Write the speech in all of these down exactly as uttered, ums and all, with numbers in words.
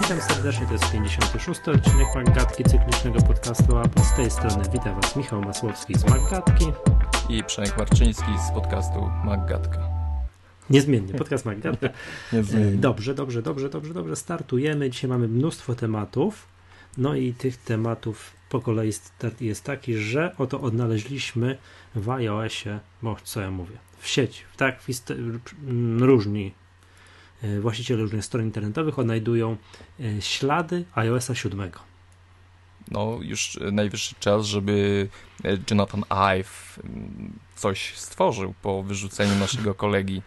Witam serdecznie, to jest pięćdziesiąty szósty odcinek Maggatki, cyklicznego podcastu Apple. Z tej strony witam Was Michał Masłowski z Maggatki i Przemek Marczyński z podcastu Maggatka. Niezmiennie, podcast Maggatka. Niezmiennie. Dobrze, dobrze, dobrze, dobrze, dobrze, startujemy. Dzisiaj mamy mnóstwo tematów, no i tych tematów po kolei jest taki, że oto odnaleźliśmy w iOSie, bo co ja mówię, w sieci, tak, w ist- różni właściciele różnych stron internetowych odnajdują ślady iOSa siódmego. No, już najwyższy czas, żeby Jonathan Ive coś stworzył po wyrzuceniu naszego kolegi,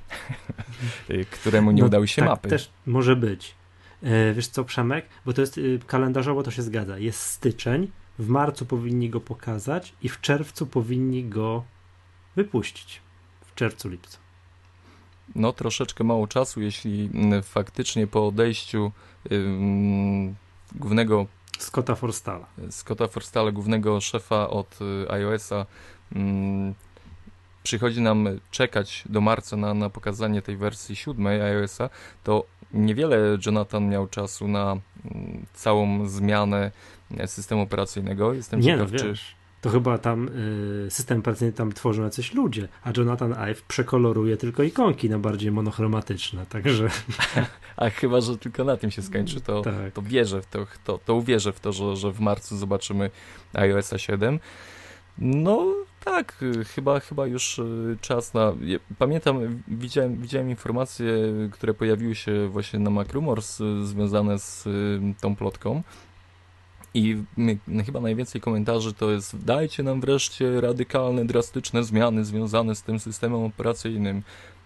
któremu nie no, udały się tak mapy. Też może być. Wiesz co, Przemek? Bo to jest kalendarzowo, to się zgadza. Jest styczeń, w marcu powinni go pokazać i w czerwcu powinni go wypuścić. W czerwcu, lipcu. No, troszeczkę mało czasu, jeśli faktycznie po odejściu um, głównego Scotta Forstalla. Scotta Forstalla, głównego szefa od iOSa, um, przychodzi nam czekać do marca na, na pokazanie tej wersji siódmej iOSa, to niewiele Jonathan miał czasu na um, całą zmianę systemu operacyjnego. Jestem Nie ciekaw, no, czy... wiesz. To chyba tam y, system operacyjny tam tworzą jacyś ludzie, a Jonathan Ive przekoloruje tylko ikonki na bardziej monochromatyczne, także... A chyba, że tylko na tym się skończy, to, tak. to wierzę w to, to, to uwierzę w to, że, że w marcu zobaczymy iOSa siedem. No tak, chyba, chyba już czas na... Pamiętam, widziałem, widziałem informacje, które pojawiły się właśnie na Mac Rumors związane z tą plotką. I my, chyba najwięcej komentarzy to jest: dajcie nam wreszcie radykalne, drastyczne zmiany związane z tym systemem operacyjnym.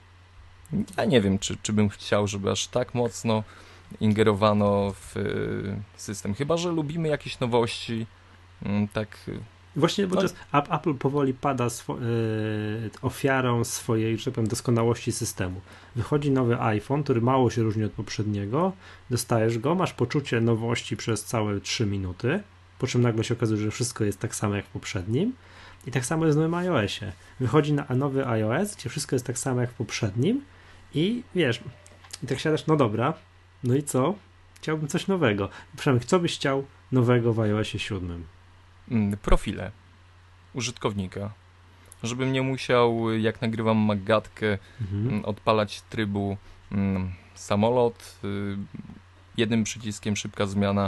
Ja nie wiem, czy, czy bym chciał, żeby aż tak mocno ingerowano w system. Chyba że lubimy jakieś nowości, tak... Właśnie, bo no. to jest, Apple powoli pada swo, yy, ofiarą swojej, że tak powiem, doskonałości systemu. Wychodzi nowy iPhone, który mało się różni od poprzedniego, dostajesz go, masz poczucie nowości przez całe trzy minuty, po czym nagle się okazuje, że wszystko jest tak samo jak w poprzednim. I tak samo jest w nowym iOSie. Wychodzi na nowy iOS, gdzie wszystko jest tak samo jak w poprzednim i wiesz, i tak siadasz, no dobra, no i co? Chciałbym coś nowego. Przynajmniej, co byś chciał nowego w iOSie siódmym? Profile użytkownika, żebym nie musiał, jak nagrywam Maggatkę, mhm. odpalać trybu mm, samolot, y, jednym przyciskiem szybka zmiana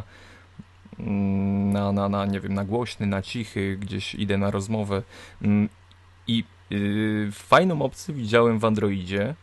mm, na, na, na, nie wiem, na głośny, na cichy, gdzieś idę na rozmowę mm, i y, fajną opcję widziałem w Androidzie.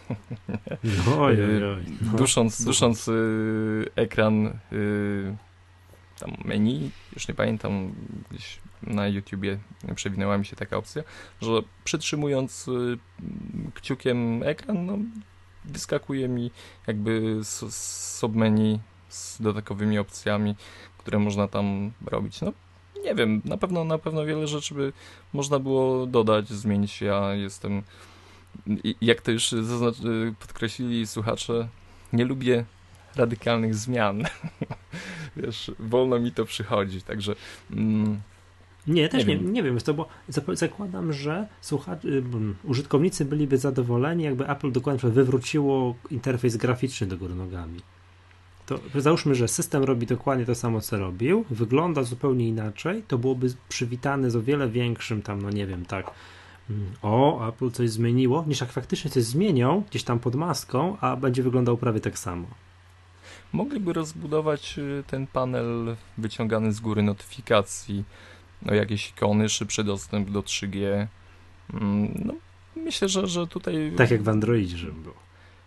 No, oj, oj, oj. No, dusząc, dusząc y, ekran y, tam menu, już nie pamiętam, gdzieś na YouTubie przewinęła mi się taka opcja, że przytrzymując y, kciukiem ekran, no, wyskakuje mi jakby z, z submenu z dodatkowymi opcjami, które można tam robić. No nie wiem, na pewno na pewno wiele rzeczy by można było dodać, zmienić. Ja jestem, jak to już zaznaczy, podkreślili słuchacze, nie lubię radykalnych zmian. Wiesz, wolno mi to przychodzi, także... Mm, nie, też nie, nie, nie wiem, to, bo zakładam, że słuchacze, użytkownicy byliby zadowoleni, jakby Apple dokładnie wywróciło interfejs graficzny do góry nogami. To załóżmy, że system robi dokładnie to samo, co robił, wygląda zupełnie inaczej, to byłoby przywitane z o wiele większym tam, no nie wiem, tak, o, Apple coś zmieniło, niż jak faktycznie coś zmienią, gdzieś tam pod maską, a będzie wyglądał prawie tak samo. Mogliby rozbudować ten panel wyciągany z góry notyfikacji, no jakieś ikony, szybszy dostęp do trzy G. No, myślę, że, że tutaj... Tak jak w Androidzie, żeby było.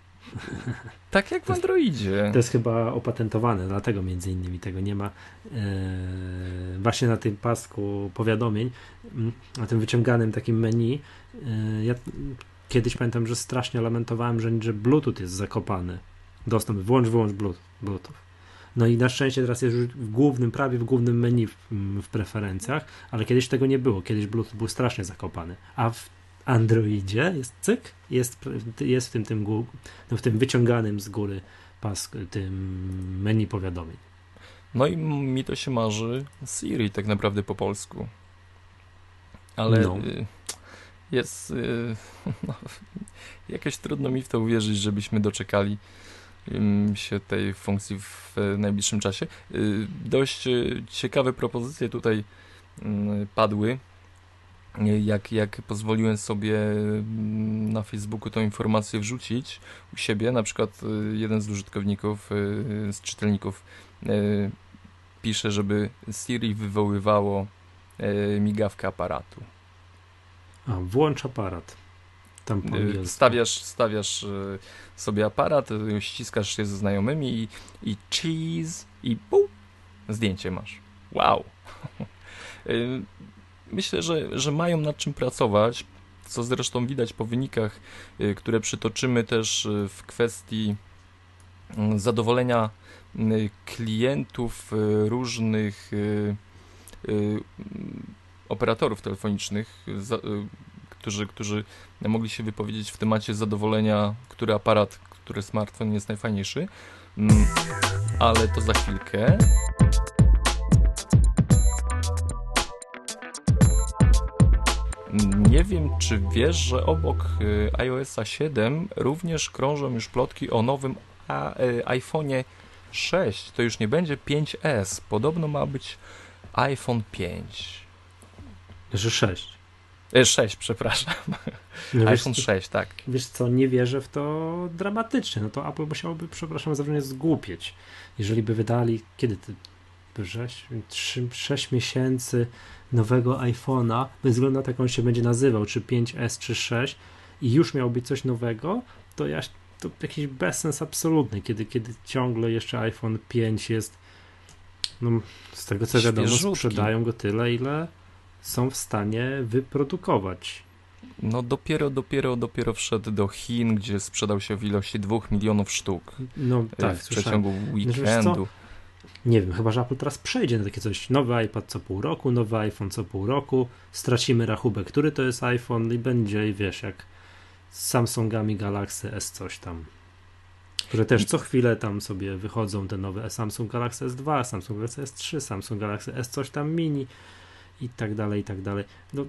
Tak jak w Androidzie. To jest chyba opatentowane, dlatego między innymi tego nie ma. Eee, właśnie na tym pasku powiadomień, na tym wyciąganym takim menu, eee, ja kiedyś pamiętam, że strasznie lamentowałem, że, że Bluetooth jest zakopany. Dostęp, włącz, wyłącz Bluetooth. No i na szczęście teraz jest już w głównym, prawie w głównym menu w, w preferencjach, ale kiedyś tego nie było. Kiedyś Bluetooth był strasznie zakopany. A w Androidzie jest cyk, jest, jest w tym, tym, no w tym wyciąganym z góry pas, tym menu powiadomień. No i mi to się marzy Siri tak naprawdę po polsku. Ale no. jest... No, jakoś trudno mi w to uwierzyć, żebyśmy doczekali się tej funkcji w najbliższym czasie. Dość ciekawe propozycje tutaj padły. Jak, jak pozwoliłem sobie na Facebooku tą informację wrzucić u siebie, na przykład jeden z użytkowników, z czytelników pisze, żeby Siri wywoływało migawkę aparatu. A, włącz aparat. Tam po angielsku. Stawiasz, stawiasz sobie aparat, ściskasz się ze znajomymi i, i cheese i bum, zdjęcie masz. Wow! Myślę, że, że mają nad czym pracować, co zresztą widać po wynikach, które przytoczymy też w kwestii zadowolenia klientów różnych operatorów telefonicznych, którzy, którzy mogli się wypowiedzieć w temacie zadowolenia, który aparat, który smartfon jest najfajniejszy, ale to za chwilkę. Nie wiem, czy wiesz, że obok iOS siedem również krążą już plotki o nowym iPhone'ie sześć. To już nie będzie pięć S. Podobno ma być iPhone pięć. Że sześć. E, sześć, przepraszam. No iPhone wiesz, sześć, tak. Wiesz co, nie wierzę w to dramatycznie. No to Apple musiałoby, przepraszam, zawsze zgłupieć. Jeżeli by wydali, kiedy ty sześć miesięcy nowego iPhone'a, bez względu na to, jak on się będzie nazywał, czy pięć S, czy sześć, i już miał być coś nowego, to ja to jakiś bezsens absolutny, kiedy, kiedy ciągle jeszcze iPhone pięć jest, no, z tego co wiadomo, sprzedają go tyle, ile są w stanie wyprodukować. No dopiero, dopiero, dopiero wszedł do Chin, gdzie sprzedał się w ilości dwóch milionów sztuk. No tak, w przeciągu słyszałem. weekendu. Nie wiem, chyba że Apple teraz przejdzie na takie coś. Nowy iPad co pół roku, nowy iPhone co pół roku, stracimy rachubę, który to jest iPhone i będzie, i wiesz, jak z Samsungami Galaxy S coś tam, które też co chwilę tam sobie wychodzą te nowe Samsung Galaxy S dwa, Samsung Galaxy S trzy, Samsung Galaxy S coś tam mini i tak dalej, i tak dalej. No,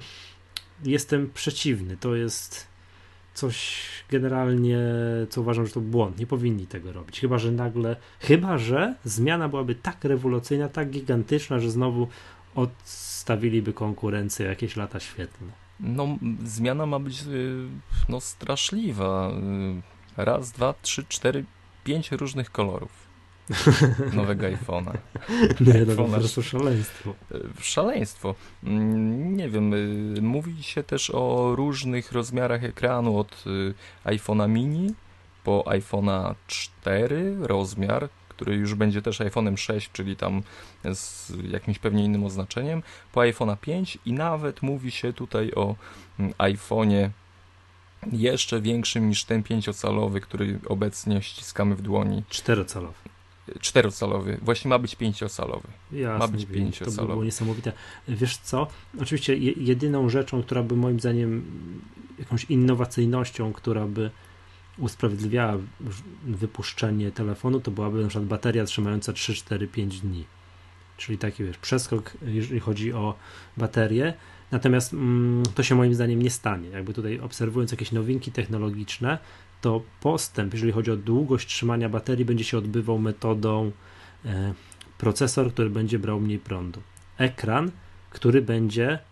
jestem przeciwny, to jest coś generalnie, co uważam, że to błąd. Nie powinni tego robić. Chyba, że nagle, chyba, że zmiana byłaby tak rewolucyjna, tak gigantyczna, że znowu odstawiliby konkurencję jakieś lata świetlne. No, zmiana ma być no, straszliwa. Raz, dwa, trzy, cztery, pięć różnych kolorów nowego iPhone'a. Nie, no to po prostu szaleństwo. Szaleństwo. Nie wiem, mówi się też o różnych rozmiarach ekranu, od iPhone'a mini po iPhone'a cztery rozmiar, który już będzie też iPhone'em sześć, czyli tam z jakimś pewnie innym oznaczeniem, po iPhone'a pięć i nawet mówi się tutaj o iPhone'ie jeszcze większym niż ten pięciocalowy, który obecnie ściskamy w dłoni. Czterocalowy. Czterocalowy. Właśnie ma być pięciocalowy. Jasne, ma być pięciocalowy. To by było niesamowite. Wiesz co? Oczywiście jedyną rzeczą, która by moim zdaniem jakąś innowacyjnością, która by usprawiedliwiała wypuszczenie telefonu, to byłaby na przykład bateria trzymająca trzy, cztery, pięć dni. Czyli taki, wiesz, przeskok, jeżeli chodzi o baterię. Natomiast mm, to się moim zdaniem nie stanie. Jakby tutaj obserwując jakieś nowinki technologiczne, to postęp, jeżeli chodzi o długość trzymania baterii, będzie się odbywał metodą e, procesor, który będzie brał mniej prądu. Ekran, który będzie e,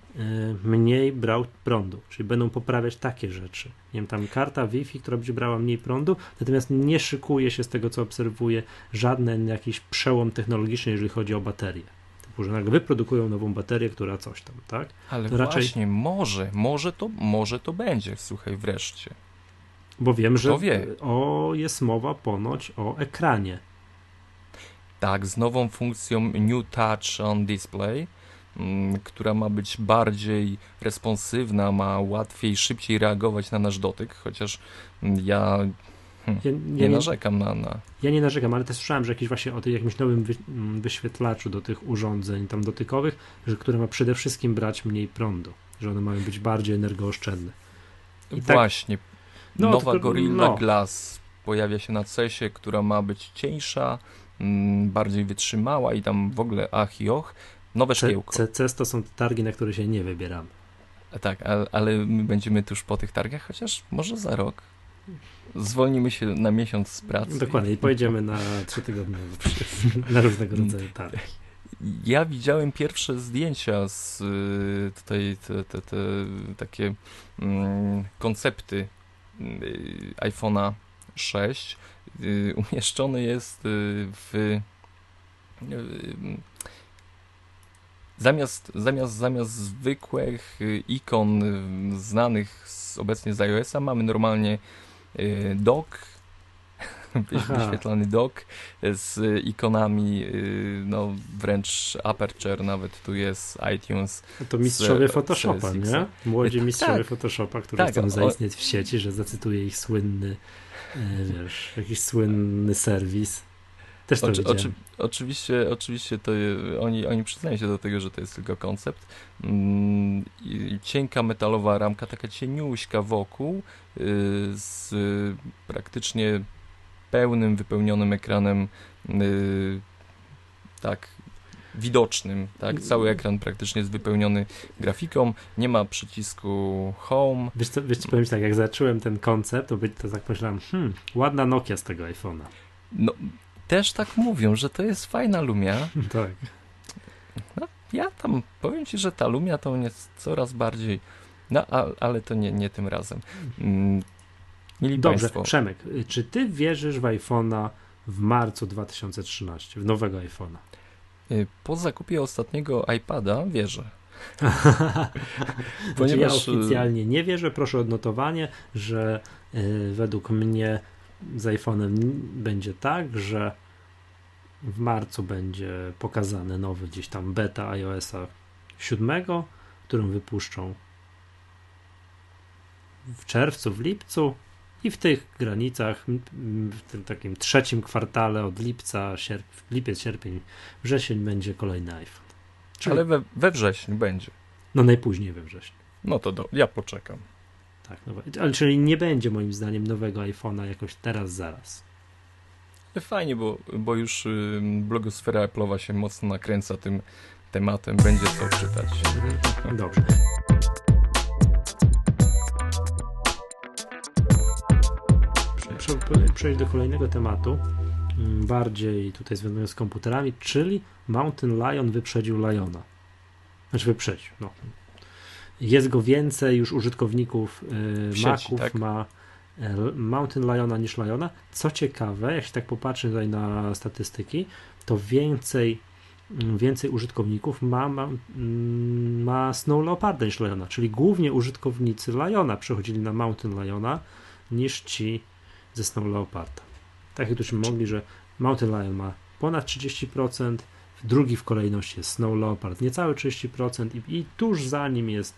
mniej brał prądu. Czyli będą poprawiać takie rzeczy. Nie wiem, tam karta Wi-Fi, która będzie brała mniej prądu, natomiast nie szykuje się z tego, co obserwuję, żaden jakiś przełom technologiczny, jeżeli chodzi o baterię. Że nagle wyprodukują nową baterię, która coś tam, tak? Ale to właśnie, raczej... może, może to, może to będzie, słuchaj, wreszcie. Bo wiem, że wie? O, jest mowa ponoć o ekranie. Tak, z nową funkcją New Touch on Display, m, która ma być bardziej responsywna, ma łatwiej, szybciej reagować na nasz dotyk, chociaż m, ja... Hmm, ja, ja nie, nie narzekam na, na... Ja nie narzekam, ale też słyszałem, że jakiś właśnie o tym jakimś nowym wy, wyświetlaczu do tych urządzeń tam dotykowych, że które ma przede wszystkim brać mniej prądu, że one mają być bardziej energooszczędne. I właśnie. Tak, no, nowa tylko, Gorilla no. Glass pojawia się na cesie, która ma być cieńsza, m, bardziej wytrzymała i tam w ogóle ach i och. Nowe szkiełko. C E S to są targi, na które się nie wybieramy. Tak, ale, ale my będziemy tuż po tych targach, chociaż może za rok. zwolnimy się na miesiąc z pracy. Dokładnie, i pojedziemy na trzytygodniowy na różnego rodzaju targi. Ja widziałem pierwsze zdjęcia z tutaj te, te, te takie mm, koncepty y, iPhone'a sześć. Y, umieszczony jest y, w y, zamiast, zamiast, zamiast zwykłych ikon znanych z, obecnie z iOS-a mamy normalnie y, dock, wyświetlany dock z ikonami, no wręcz Aperture, nawet tu jest iTunes. To mistrzowie z, Photoshopa, z nie? Młodzi mistrzowie tak, Photoshopa, którzy tak, chcą o, zaistnieć w sieci, że zacytuję ich słynny, wiesz, jakiś słynny serwis. Też to oczy, oczy, widziałem. oczywiście, oczywiście to oni, oni przyznają się do tego, że to jest tylko koncept. Mm, cienka metalowa ramka, taka cieniuśka wokół, y, z praktycznie pełnym, wypełnionym ekranem, yy, tak, widocznym, tak, cały ekran praktycznie jest wypełniony grafiką, nie ma przycisku Home. Wiesz co, wiesz co, powiem ci tak, jak zacząłem ten koncept, to, by, to tak myślałem, hmm, ładna Nokia z tego iPhone'a. No, też tak mówią, że to jest fajna Lumia. Tak. No, ja tam, powiem ci, że ta Lumia to jest coraz bardziej, no, a, ale to nie, nie tym razem. Mm, Mieli Dobrze, Państwo. Przemek, czy ty wierzysz w iPhone'a w marcu dwa tysiące trzynastego, w nowego iPhone'a? Po zakupie ostatniego iPada wierzę. Ponieważ znaczy ja oficjalnie nie wierzę, proszę o odnotowanie, że y, według mnie z iPhone'em będzie tak, że w marcu będzie pokazany nowy gdzieś tam beta iOS-a siódmego, którą wypuszczą w czerwcu, w lipcu. I w tych granicach, w tym takim trzecim kwartale od lipca, sierp, lipiec, sierpień, wrzesień będzie kolejny iPhone. Czyli... Ale we, we wrześniu będzie. No najpóźniej we wrześniu. No to do, ja poczekam. Tak, no, ale czyli nie będzie moim zdaniem nowego iPhone'a jakoś teraz, zaraz. Fajnie, bo, bo już y, blogosfera Apple'owa się mocno nakręca tym tematem, będzie co czytać. Dobrze. Przejść do kolejnego tematu, bardziej tutaj związanego z komputerami, czyli Mountain Lion wyprzedził Liona. Znaczy wyprzedził, no. Jest go więcej już użytkowników y, sieci, Maców tak? ma y, Mountain Liona niż Liona. Co ciekawe, jak się tak popatrzy tutaj na statystyki, to więcej więcej użytkowników ma, ma, ma Snow Leoparda niż Liona, czyli głównie użytkownicy Liona przechodzili na Mountain Liona niż ci ze Snow Leoparda. Tak jak tu mogli, że Mountain Lion ma ponad trzydzieści procent, drugi w kolejności jest Snow Leopard niecałe trzydzieści procent i, i tuż za nim jest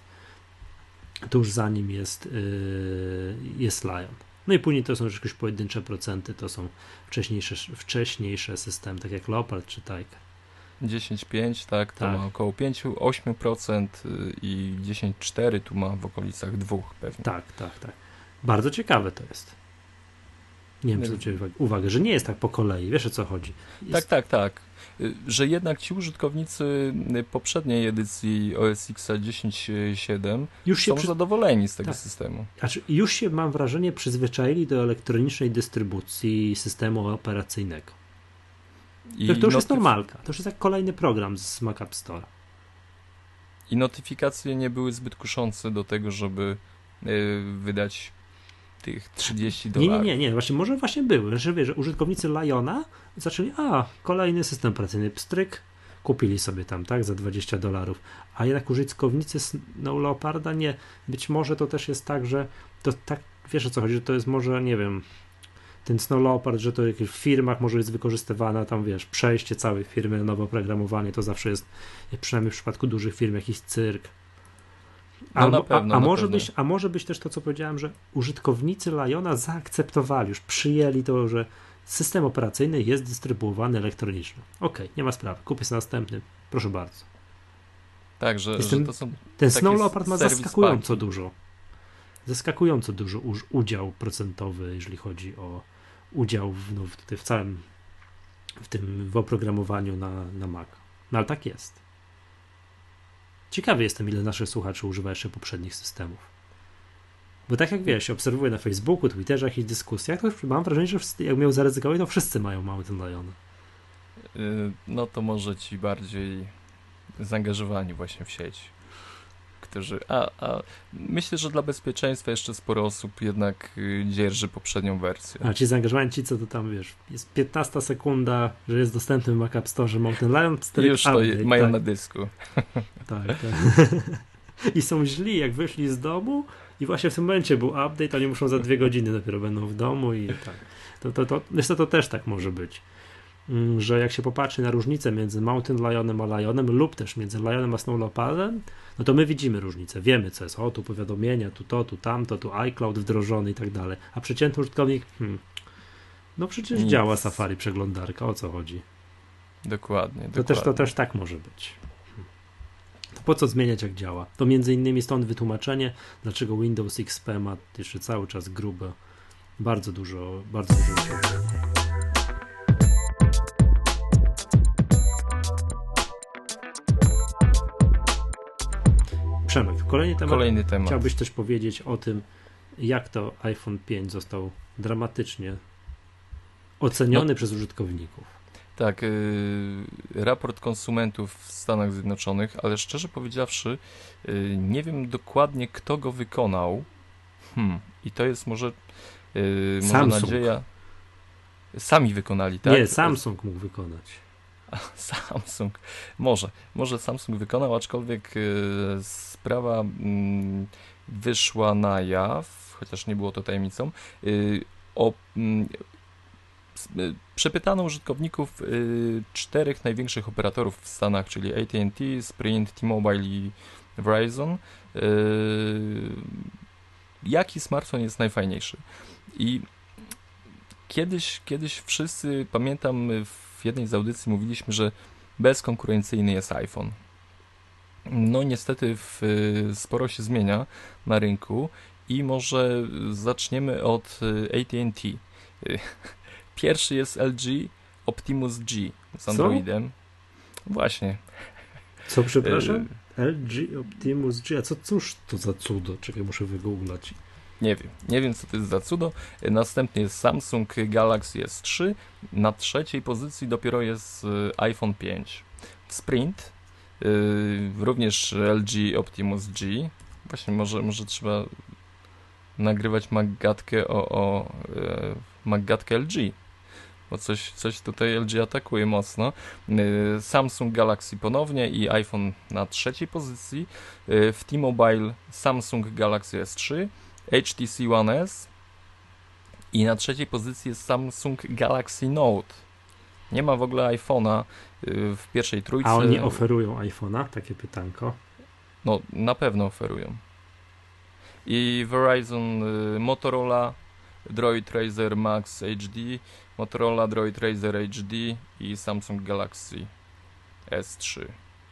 tuż za nim jest yy, jest Lion. No i później to są już jakieś pojedyncze procenty, to są wcześniejsze, wcześniejsze systemy, tak jak Leopard czy Tiger. dziesięć przecinek pięć, tak, to tak. ma około pięć do ośmiu procent i dziesięć przecinek cztery tu ma w okolicach dwóch pewnie. Tak, tak, tak. Bardzo ciekawe to jest. Nie wiem, czy zwróciłeś uwagę, że nie jest tak po kolei. Wiesz, o co chodzi? Jest... Tak, tak, tak. Że jednak ci użytkownicy poprzedniej edycji O S X-a dziesięć przecinek siedem już są przy... zadowoleni z tego tak. systemu. Znaczy, już się, mam wrażenie, przyzwyczaili do elektronicznej dystrybucji systemu operacyjnego. I to, to już notyf... jest normalka. To już jest jak kolejny program z Mac App Store. I notyfikacje nie były zbyt kuszące do tego, żeby yy, wydać tych trzydzieści dolarów. Nie, nie, nie, właśnie może właśnie były, że wiesz, że użytkownicy Liona zaczęli, a, kolejny system operacyjny, pstryk, kupili sobie tam, tak, za dwadzieścia dolarów, a jednak użytkownicy Snow Leoparda nie, być może to też jest tak, że to tak, wiesz o co chodzi, że to jest może, nie wiem, ten Snow Leopard, że to w jakichś firmach może jest wykorzystywane, tam wiesz, przejście całej firmy na nowe oprogramowanie, to zawsze jest, przynajmniej w przypadku dużych firm, jakiś cyrk. A, no na pewno, a, a, na może pewno. być, a może być też to, co powiedziałem, że użytkownicy Liona zaakceptowali, już przyjęli to, że system operacyjny jest dystrybuowany elektronicznie. Okej, okay, nie ma sprawy, kupię sobie następny, proszę bardzo. Tak, że, że to są ten Snow Leopard ma serwis zaskakująco parki. dużo. Zaskakująco dużo u, udział procentowy, jeżeli chodzi o udział w, no, w, w całym w tym w oprogramowaniu na, na Mac. No ale tak jest. Ciekawy jestem, ile naszych słuchaczy używa jeszcze poprzednich systemów. Bo tak jak wiesz, obserwuję na Facebooku, Twitterze, jakichś dyskusjach, to już mam wrażenie, że wszyscy, jak miał zaryzykować, to wszyscy mają Mountain Liona. Yy, no to może ci bardziej zaangażowani właśnie w sieć. Którzy, a, a myślę, że dla bezpieczeństwa jeszcze sporo osób jednak y, dzierży poprzednią wersję. A ci zaangażowani ci, co to tam, wiesz, jest piętnasta sekunda, że jest dostępny w Mac App Store Mountain Lion, I już to update, mają tak. na dysku. Tak, tak. I są źli, jak wyszli z domu i właśnie w tym momencie był update, oni muszą za dwie godziny dopiero będą w domu i tak. To, to, to, myślę, to też tak może być. Że jak się popatrzy na różnicę między Mountain Lionem a Lionem lub też między Lionem a Snow Leopardem, no to my widzimy różnicę, wiemy co jest, o tu powiadomienia, tu to, tu tamto, tu iCloud wdrożony i tak dalej, a przeciętny użytkownik, hmm, no przecież Nic. działa Safari przeglądarka, o co chodzi? Dokładnie, To dokładnie. też, to też tak może być. To po co zmieniać jak działa? To między innymi stąd wytłumaczenie, dlaczego Windows X P ma jeszcze cały czas grube, bardzo dużo, bardzo dużo uszczelnienia. Przemek, kolejny temat. Kolejny temat. Chciałbyś też powiedzieć o tym, jak to iPhone pięć został dramatycznie oceniony no, przez użytkowników. Tak, yy, raport konsumentów w Stanach Zjednoczonych, ale szczerze powiedziawszy, yy, nie wiem dokładnie, kto go wykonał. Hmm, i to jest może, yy, może nadzieja. Sami wykonali, tak? Nie, Samsung mógł wykonać. Samsung. Może. Może Samsung wykonał, aczkolwiek yy, sprawa yy, wyszła na jaw, chociaż nie było to tajemnicą, yy, o yy, przepytano użytkowników yy, czterech największych operatorów w Stanach, czyli A T and T, Sprint, T-Mobile i Verizon. Yy, jaki smartfon jest najfajniejszy? I kiedyś, kiedyś wszyscy, pamiętam, w jednej z audycji mówiliśmy, że bezkonkurencyjny jest iPhone. No niestety w, sporo się zmienia na rynku i może zaczniemy od A T and T. Pierwszy jest L G Optimus G z Androidem. Co? Właśnie. Co, przepraszam? L G Optimus G. A co, cóż to za cudo? Czekaj, muszę wygooglać. Nie wiem. Nie wiem, co to jest za cudo. Następnie jest Samsung Galaxy S trzy. Na trzeciej pozycji dopiero jest iPhone pięć. Sprint. Yy, również L G Optimus G. Właśnie może, może trzeba nagrywać magatkę o, o e, magatkę L G. Bo coś, coś tutaj L G atakuje mocno. Yy, Samsung Galaxy ponownie i iPhone na trzeciej pozycji. Yy, w T-Mobile Samsung Galaxy S trzy, H T C One S i na trzeciej pozycji jest Samsung Galaxy Note. Nie ma w ogóle iPhone'a yy, w pierwszej trójce. A oni oferują iPhone'a? Takie pytanko. No, na pewno oferują. I Verizon, yy, Motorola, Droid Razer Max H D, Motorola Droid Razer H D i Samsung Galaxy S trzy.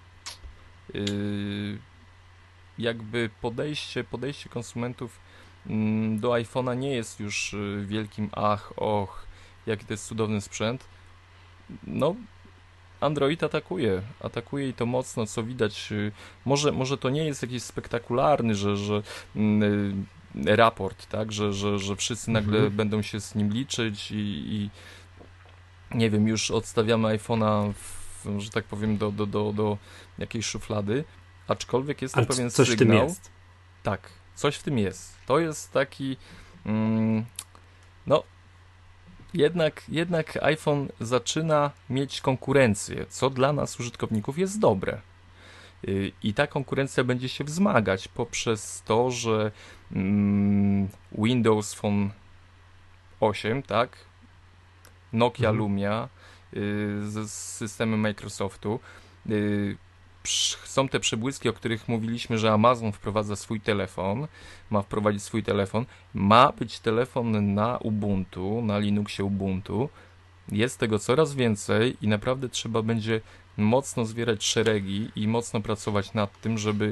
Yy, jakby podejście, podejście konsumentów mm, do iPhone'a nie jest już y, wielkim ach, och, jaki to jest cudowny sprzęt. No, Android atakuje, atakuje i to mocno, co widać. Y, może, może to nie jest jakiś spektakularny, że, że y, raport, tak, że, że, że wszyscy nagle mhm. będą się z nim liczyć i, i nie wiem, już odstawiamy iPhone'a, w, że tak powiem, do, do, do, do jakiejś szuflady, aczkolwiek jest to Ale pewien coś sygnał. W tym jest. Tak, coś w tym jest. To jest taki, mm, no, jednak, jednak iPhone zaczyna mieć konkurencję, co dla nas, użytkowników, jest dobre. I ta konkurencja będzie się wzmagać poprzez to, że mm, Windows Phone osiem, tak, Nokia mhm. Lumia y, z, z systemem Microsoftu, y, psz, są te przebłyski, o których mówiliśmy, że Amazon wprowadza swój telefon, ma wprowadzić swój telefon, ma być telefon na Ubuntu, na Linuxie Ubuntu, jest tego coraz więcej i naprawdę trzeba będzie mocno zwierać szeregi i mocno pracować nad tym, żeby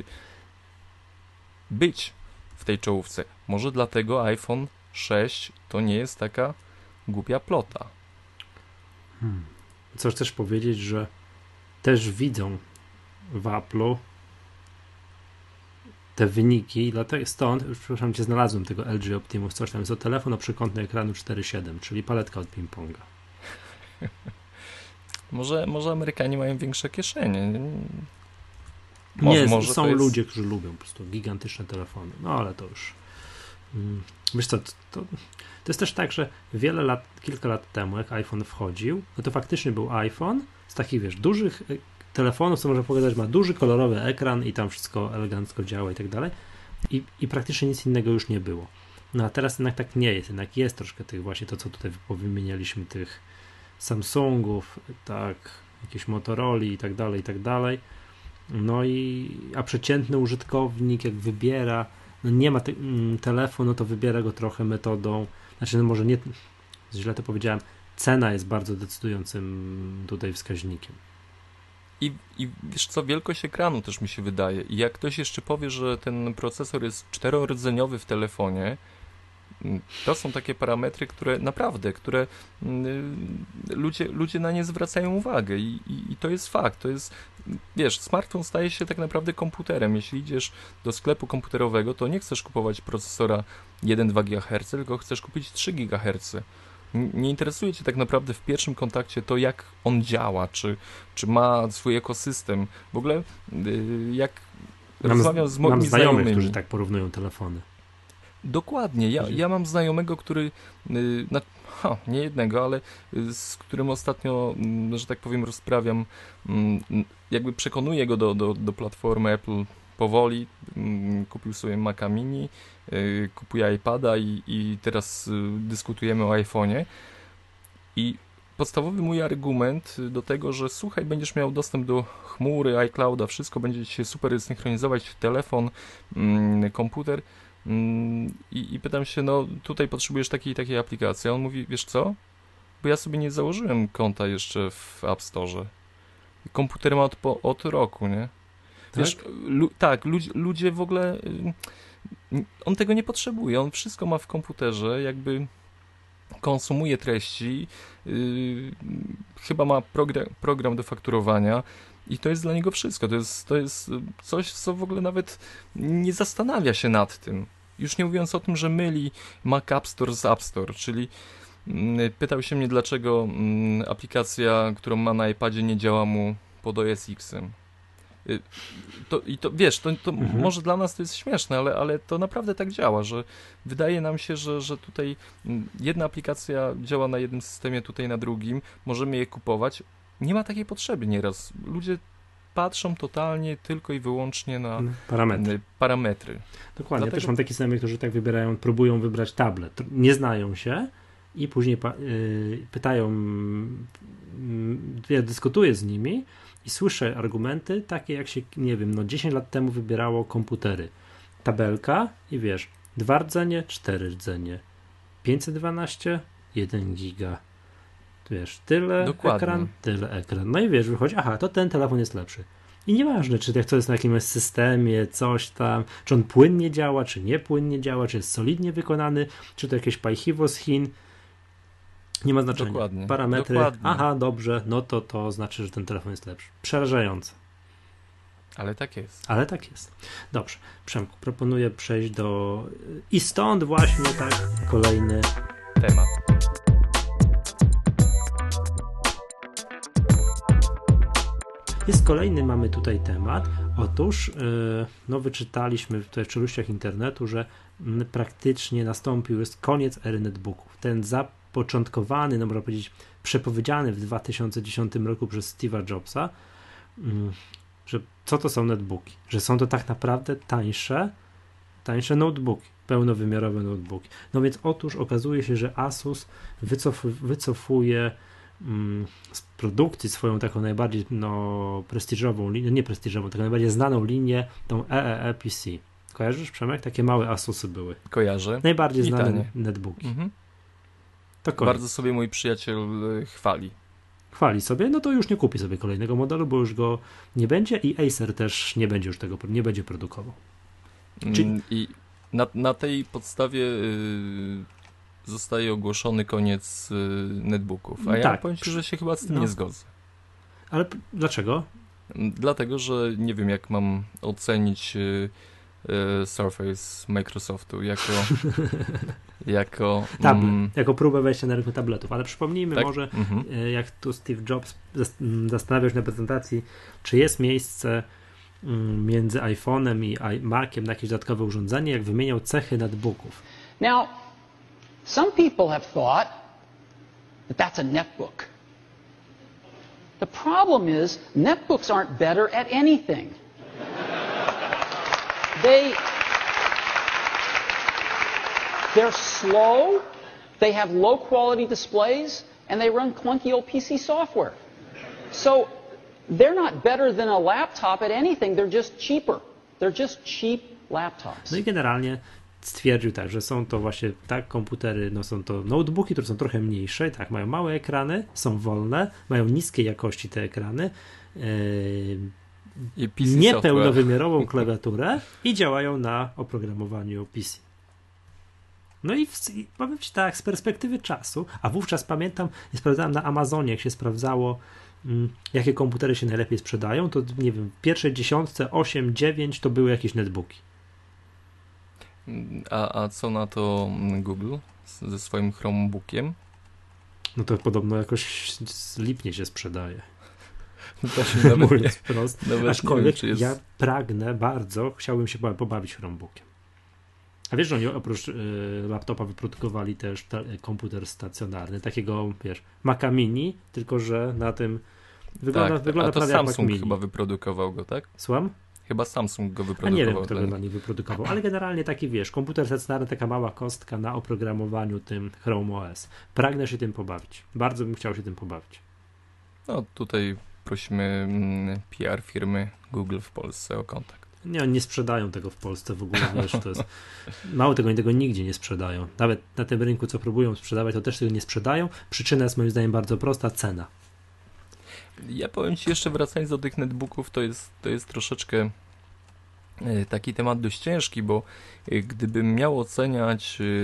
być w tej czołówce. Może dlatego iPhone sześć to nie jest taka głupia plota. Hmm. Co chcesz powiedzieć, że też widzą w Apple'u te wyniki, dlatego stąd, już przepraszam cię, znalazłem tego L G Optimus, coś tam, jest to telefon o przekątnym ekranu cztery siedem, czyli paletka od ping-ponga. Może, może Amerykanie mają większe kieszenie. Może, nie, może są jest... ludzie, którzy lubią po prostu gigantyczne telefony, no ale to już mm, wiesz co, to, to, to jest też tak, że wiele lat, kilka lat temu, jak iPhone wchodził, no to faktycznie był iPhone z takich, wiesz, dużych telefonów, co można pokazać, ma duży, kolorowy ekran i tam wszystko elegancko działa i tak dalej i, i praktycznie nic innego już nie było. No a teraz jednak tak nie jest, jednak jest troszkę tych właśnie to, co tutaj wymienialiśmy, tych Samsungów, tak, jakieś Motorola i tak dalej, i tak dalej. No i, a przeciętny użytkownik jak wybiera, no nie ma te, mm, telefonu, no to wybiera go trochę metodą, znaczy no może nie, źle to powiedziałem, cena jest bardzo decydującym tutaj wskaźnikiem. I, I wiesz co, wielkość ekranu też mi się wydaje. I jak ktoś jeszcze powie, że ten procesor jest czterorodzeniowy w telefonie, to są takie parametry, które naprawdę, które y, ludzie, ludzie na nie zwracają uwagę i, i, i to jest fakt, to jest, wiesz, smartfon staje się tak naprawdę komputerem. Jeśli idziesz do sklepu komputerowego, to nie chcesz kupować procesora jeden do dwóch gigaherców, tylko chcesz kupić trzy gigaherce. Nie interesuje cię tak naprawdę w pierwszym kontakcie to, jak on działa, czy, czy ma swój ekosystem. W ogóle y, jak mam rozmawiam z moimi mam znajomych, znajomymi, którzy tak porównują telefony. Dokładnie. Ja, ja mam znajomego, który, yy, na, ha, nie jednego, ale y, z którym ostatnio, y, że tak powiem, rozprawiam, y, jakby przekonuję go do, do, do platformy Apple powoli. Y, kupił sobie Maca Mini, y, kupuje iPada i, i teraz y, dyskutujemy o iPhone'ie. I podstawowy mój argument do tego, że słuchaj, będziesz miał dostęp do chmury, iClouda, wszystko będzie ci się super synchronizować, telefon, y, komputer. I, I pytam się, no tutaj potrzebujesz takiej i takiej aplikacji. A on mówi, wiesz co? Bo ja sobie nie założyłem konta jeszcze w App Store. Komputer ma od, po, od roku, nie? Wiesz, tak, lu, tak ludzie, ludzie w ogóle... Y, on tego nie potrzebuje. On wszystko ma w komputerze, jakby konsumuje treści, y, chyba ma program, program do fakturowania. I to jest dla niego wszystko. To jest, to jest coś, co w ogóle nawet nie zastanawia się nad tym. Już nie mówiąc o tym, że myli Mac App Store z App Store, czyli mm, pytał się mnie, dlaczego mm, aplikacja, którą ma na iPadzie, nie działa mu pod O S X-em. Y, to, I to wiesz, to, to mhm. może dla nas to jest śmieszne, ale, ale to naprawdę tak działa, że wydaje nam się, że, że tutaj jedna aplikacja działa na jednym systemie, tutaj na drugim, możemy je kupować. Nie ma takiej potrzeby nieraz. Ludzie patrzą totalnie tylko i wyłącznie na parametry. parametry. Dokładnie. Dlatego... Ja też mam takie znajomych, którzy tak wybierają, próbują wybrać tablet. Nie znają się i później pa- yy, pytają, yy, ja dyskutuję z nimi i słyszę argumenty takie, jak się, nie wiem, no dziesięć lat temu wybierało komputery. Tabelka i wiesz, dwa rdzenie, cztery rdzenie, pięćset dwanaście, jeden giga. Wiesz, tyle Dokładnie. ekran, tyle ekran. No i wiesz, wychodzi, aha, to ten telefon jest lepszy. I nieważne, czy to jest na jakimś systemie, coś tam, czy on płynnie działa, czy nie płynnie działa, czy jest solidnie wykonany, czy to jakieś pajchiwo z Chin. Nie ma znaczenia. Dokładnie. Parametry, Dokładnie. aha, dobrze, no to to znaczy, że ten telefon jest lepszy. Przerażające. Ale tak jest. Ale tak jest. Dobrze, Przemku, proponuję przejść do... I stąd właśnie tak kolejny temat. Jest kolejny, mamy tutaj temat. Otóż, yy, no wyczytaliśmy tutaj w czeluściach internetu, że m, praktycznie nastąpił, jest koniec ery netbooków. Ten zapoczątkowany, no można powiedzieć, przepowiedziany w dwa tysiące dziesiątym roku przez Steve'a Jobsa, yy, że co to są netbooki? Że są to tak naprawdę tańsze, tańsze notebooki, pełnowymiarowe notebooki. No więc otóż okazuje się, że Asus wycof, wycofuje z produkcji swoją taką najbardziej no, prestiżową linię, nie prestiżową, taką najbardziej znaną linię, tą E E E P C. Kojarzysz, Przemek? Takie małe Asusy były. Kojarzę. Najbardziej znane tanie. netbooki. Mhm. To Bardzo sobie mój przyjaciel chwali. Chwali sobie, no to już nie kupi sobie kolejnego modelu, bo już go nie będzie i Acer też nie będzie już tego, nie będzie produkował. Czyli... I na, na tej podstawie yy... zostaje ogłoszony koniec y, netbooków, a ja tak. powiem ci, że się chyba z tym no. nie zgodzę. Ale p- dlaczego? Dlatego, że nie wiem, jak mam ocenić y, y, Surface Microsoftu jako jako, Tablet, mm, jako próbę wejścia na rynku tabletów, ale przypomnijmy tak? może, Mhm. y, jak tu Steve Jobs zastanawiał się na prezentacji, czy jest miejsce y, między iPhone'em i Maciem na jakieś dodatkowe urządzenie, jak wymieniał cechy netbooków. Now, some people have thought that that's a netbook. The problem is, netbooks aren't better at anything. They, they're slow, they have low quality displays, and they run clunky old P C software. So, they're not better than a laptop at anything, they're just cheaper. They're just cheap laptops. No i generalnie stwierdził tak, że są to właśnie tak komputery, no są to notebooki, które są trochę mniejsze, tak, mają małe ekrany, są wolne, mają niskiej jakości te ekrany, yy, I P C niepełnowymiarową klawiaturę i działają na oprogramowaniu P C. No i, w, i powiem ci tak, z perspektywy czasu, a wówczas pamiętam, i sprawdzałem na Amazonie, jak się sprawdzało, mm, jakie komputery się najlepiej sprzedają, to nie wiem, w pierwszej dziesiątce osiem, dziewięć to były jakieś netbooki. A, a co na to Google ze swoim Chromebookiem? No to podobno jakoś lipnie się sprzedaje. No to się nawet Mówiąc nie, wprost. nawet Aczkolwiek nie wiem, czy jest... ja pragnę bardzo, chciałbym się pobawić Chromebookiem. A wiesz, że oni oprócz y, laptopa wyprodukowali też ta, y, komputer stacjonarny, takiego, wiesz, Maca Mini, tylko że na tym wygląda, tak, wygląda a to prawie jak Mac Samsung Mini. chyba wyprodukował go, tak? Słucham? Chyba Samsung go A wyprodukował. nie wiem, kto dla go nich. dla nich wyprodukował, ale generalnie taki, wiesz, komputer stacjonarny, taka mała kostka na oprogramowaniu tym Chrome O S. Pragnę się tym pobawić. Bardzo bym chciał się tym pobawić. No tutaj prosimy mm, P R firmy Google w Polsce o kontakt. Nie, oni nie sprzedają tego w Polsce w ogóle, wiesz, to jest... Mało tego, oni tego nigdzie nie sprzedają. Nawet na tym rynku, co próbują sprzedawać, to też tego nie sprzedają. Przyczyna jest moim zdaniem bardzo prosta, cena. Ja powiem ci jeszcze, wracając do tych netbooków, to jest, to jest troszeczkę e, taki temat dość ciężki, bo e, gdybym miał oceniać e,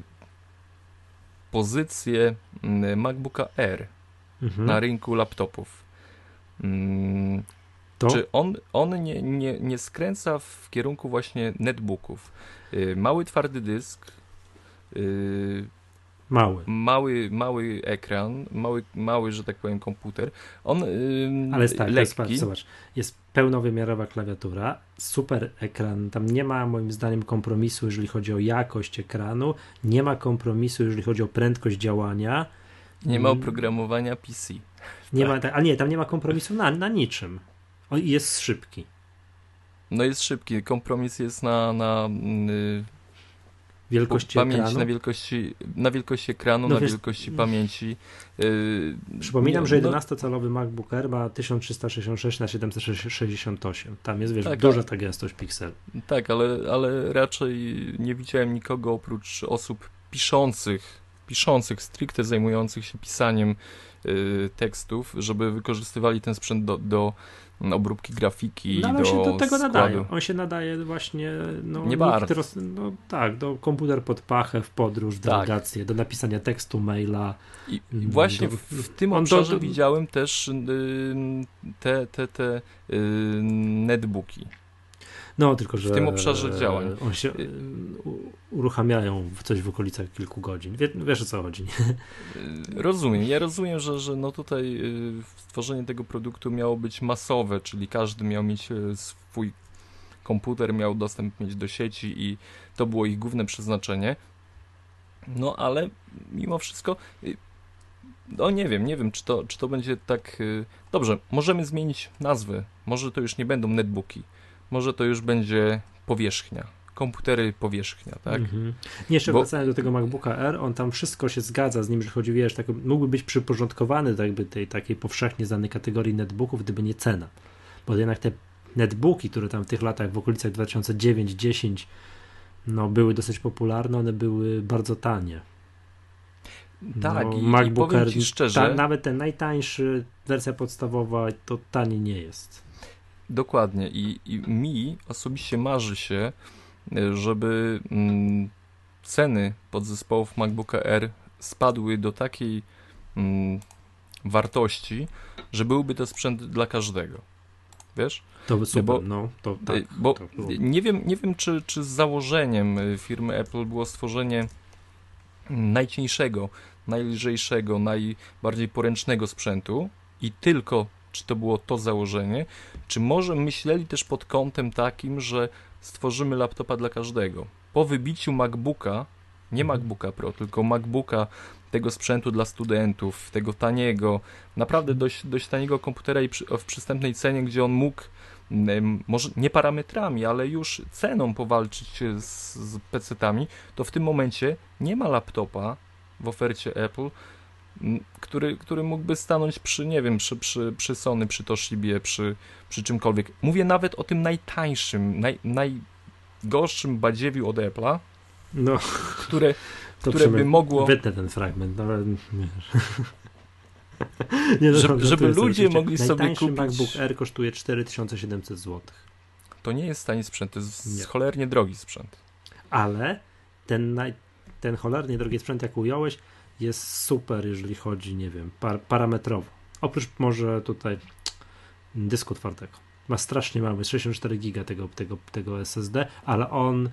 pozycję m, MacBooka Air Mhm. na rynku laptopów, mm, To? czy on, on nie, nie, nie skręca w kierunku właśnie netbooków? E, mały twardy dysk, e, Mały. mały, mały ekran, mały, mały, że tak powiem, komputer. On yy, Ale jest tak, lekki. to jest, zobacz, jest pełnowymiarowa klawiatura, super ekran, tam nie ma moim zdaniem kompromisu, jeżeli chodzi o jakość ekranu, nie ma kompromisu, jeżeli chodzi o prędkość działania. Nie ma oprogramowania P C. Nie tak. ma, ale nie, tam nie ma kompromisu na, na niczym. On jest szybki. No jest szybki. Kompromis jest na, na yy, Wielkości pamięci, ekranu. na wielkości, na wielkości ekranu, No na wiesz, wielkości pamięci. Yy, Przypominam, nie, że no, jedenastocalowy MacBook Air ma tysiąc trzysta sześćdziesiąt sześć na siedemset sześćdziesiąt osiem. Tam jest, wiesz, Tak, duża ta gęstość pikseli. tak, ale, ale raczej nie widziałem nikogo oprócz osób piszących, piszących, stricte zajmujących się pisaniem yy, tekstów, żeby wykorzystywali ten sprzęt do, do obróbki grafiki, No ale do on się do tego składu. nadaje. On się nadaje właśnie, no, Nie nikt bardzo. roz, no tak, do komputer pod pachę, w podróż, Tak. delegację, do napisania tekstu, maila. I, i Mm, właśnie do- w, w tym on obszarze do- widziałem też y, te, te, te y, netbooki. No, tylko że W tym obszarze działań. On się y, u- uruchamiają w coś w okolicach kilku godzin. Wie, wiesz o co chodzi. Y, Rozumiem. Ja rozumiem, że, że no tutaj y, stworzenie tego produktu miało być masowe, czyli każdy miał mieć y, swój komputer, miał dostęp mieć do sieci i to było ich główne przeznaczenie. No ale mimo wszystko, y, no nie wiem, nie wiem, czy to, czy to będzie tak... y, Dobrze, możemy zmienić nazwy. Może to już nie będą netbooki. Może to już będzie powierzchnia. Komputery powierzchnia, tak? Mhm. Nie, jeszcze Bo- wracając do tego MacBooka Air, on tam wszystko się zgadza z nim, że chodzi, wiesz, tak, mógłby być przyporządkowany do jakby tej takiej powszechnie znanej kategorii netbooków, gdyby nie cena. Bo jednak te netbooki, które tam w tych latach w okolicach dwa tysiące dziewiąty do dwa tysiące dziesiątego no, były dosyć popularne, one były bardzo tanie. Tak, no, i, i MacBook powiem Air, ci szczerze, ta, nawet ten najtańszy, wersja podstawowa, to taniej nie jest. dokładnie, i, i mi osobiście marzy się, żeby mm, ceny podzespołów MacBooka Air spadły do takiej mm, wartości, że byłby to sprzęt dla każdego. wiesz? To by super, bo, no. To, tak, bo to było. nie wiem, nie wiem czy, czy z założeniem firmy Apple było stworzenie najcieńszego, najlżejszego, najbardziej poręcznego sprzętu i tylko czy to było to założenie, czy może myśleli też pod kątem takim, że stworzymy laptopa dla każdego. Po wybiciu MacBooka, nie MacBooka Pro, tylko MacBooka, tego sprzętu dla studentów, tego taniego, naprawdę dość, dość taniego komputera i przy, w przystępnej cenie, gdzie on mógł może nie parametrami, ale już ceną powalczyć z, z pecetami, to w tym momencie nie ma laptopa w ofercie Apple, który, który mógłby stanąć przy, nie wiem, przy, przy, przy Sony, przy Toshibie, przy, przy czymkolwiek. Mówię nawet o tym najtańszym, naj, najgorszym badziewiu od Apple'a, no, które, które by mogło... Wytnę ten fragment, no, ale... Nie, no, żeby żeby ludzie sobie, mogli sobie kupić... MacBook Air kosztuje cztery tysiące siedemset złotych. To nie jest tani sprzęt, to jest nie. cholernie drogi sprzęt. Ale ten, naj... ten cholernie drogi sprzęt, jak ująłeś, jest super, jeżeli chodzi, nie wiem, par parametrowo. Oprócz może tutaj dysku twardego. Ma strasznie mały, sześćdziesiąt cztery giga tego, tego, tego S S D, ale on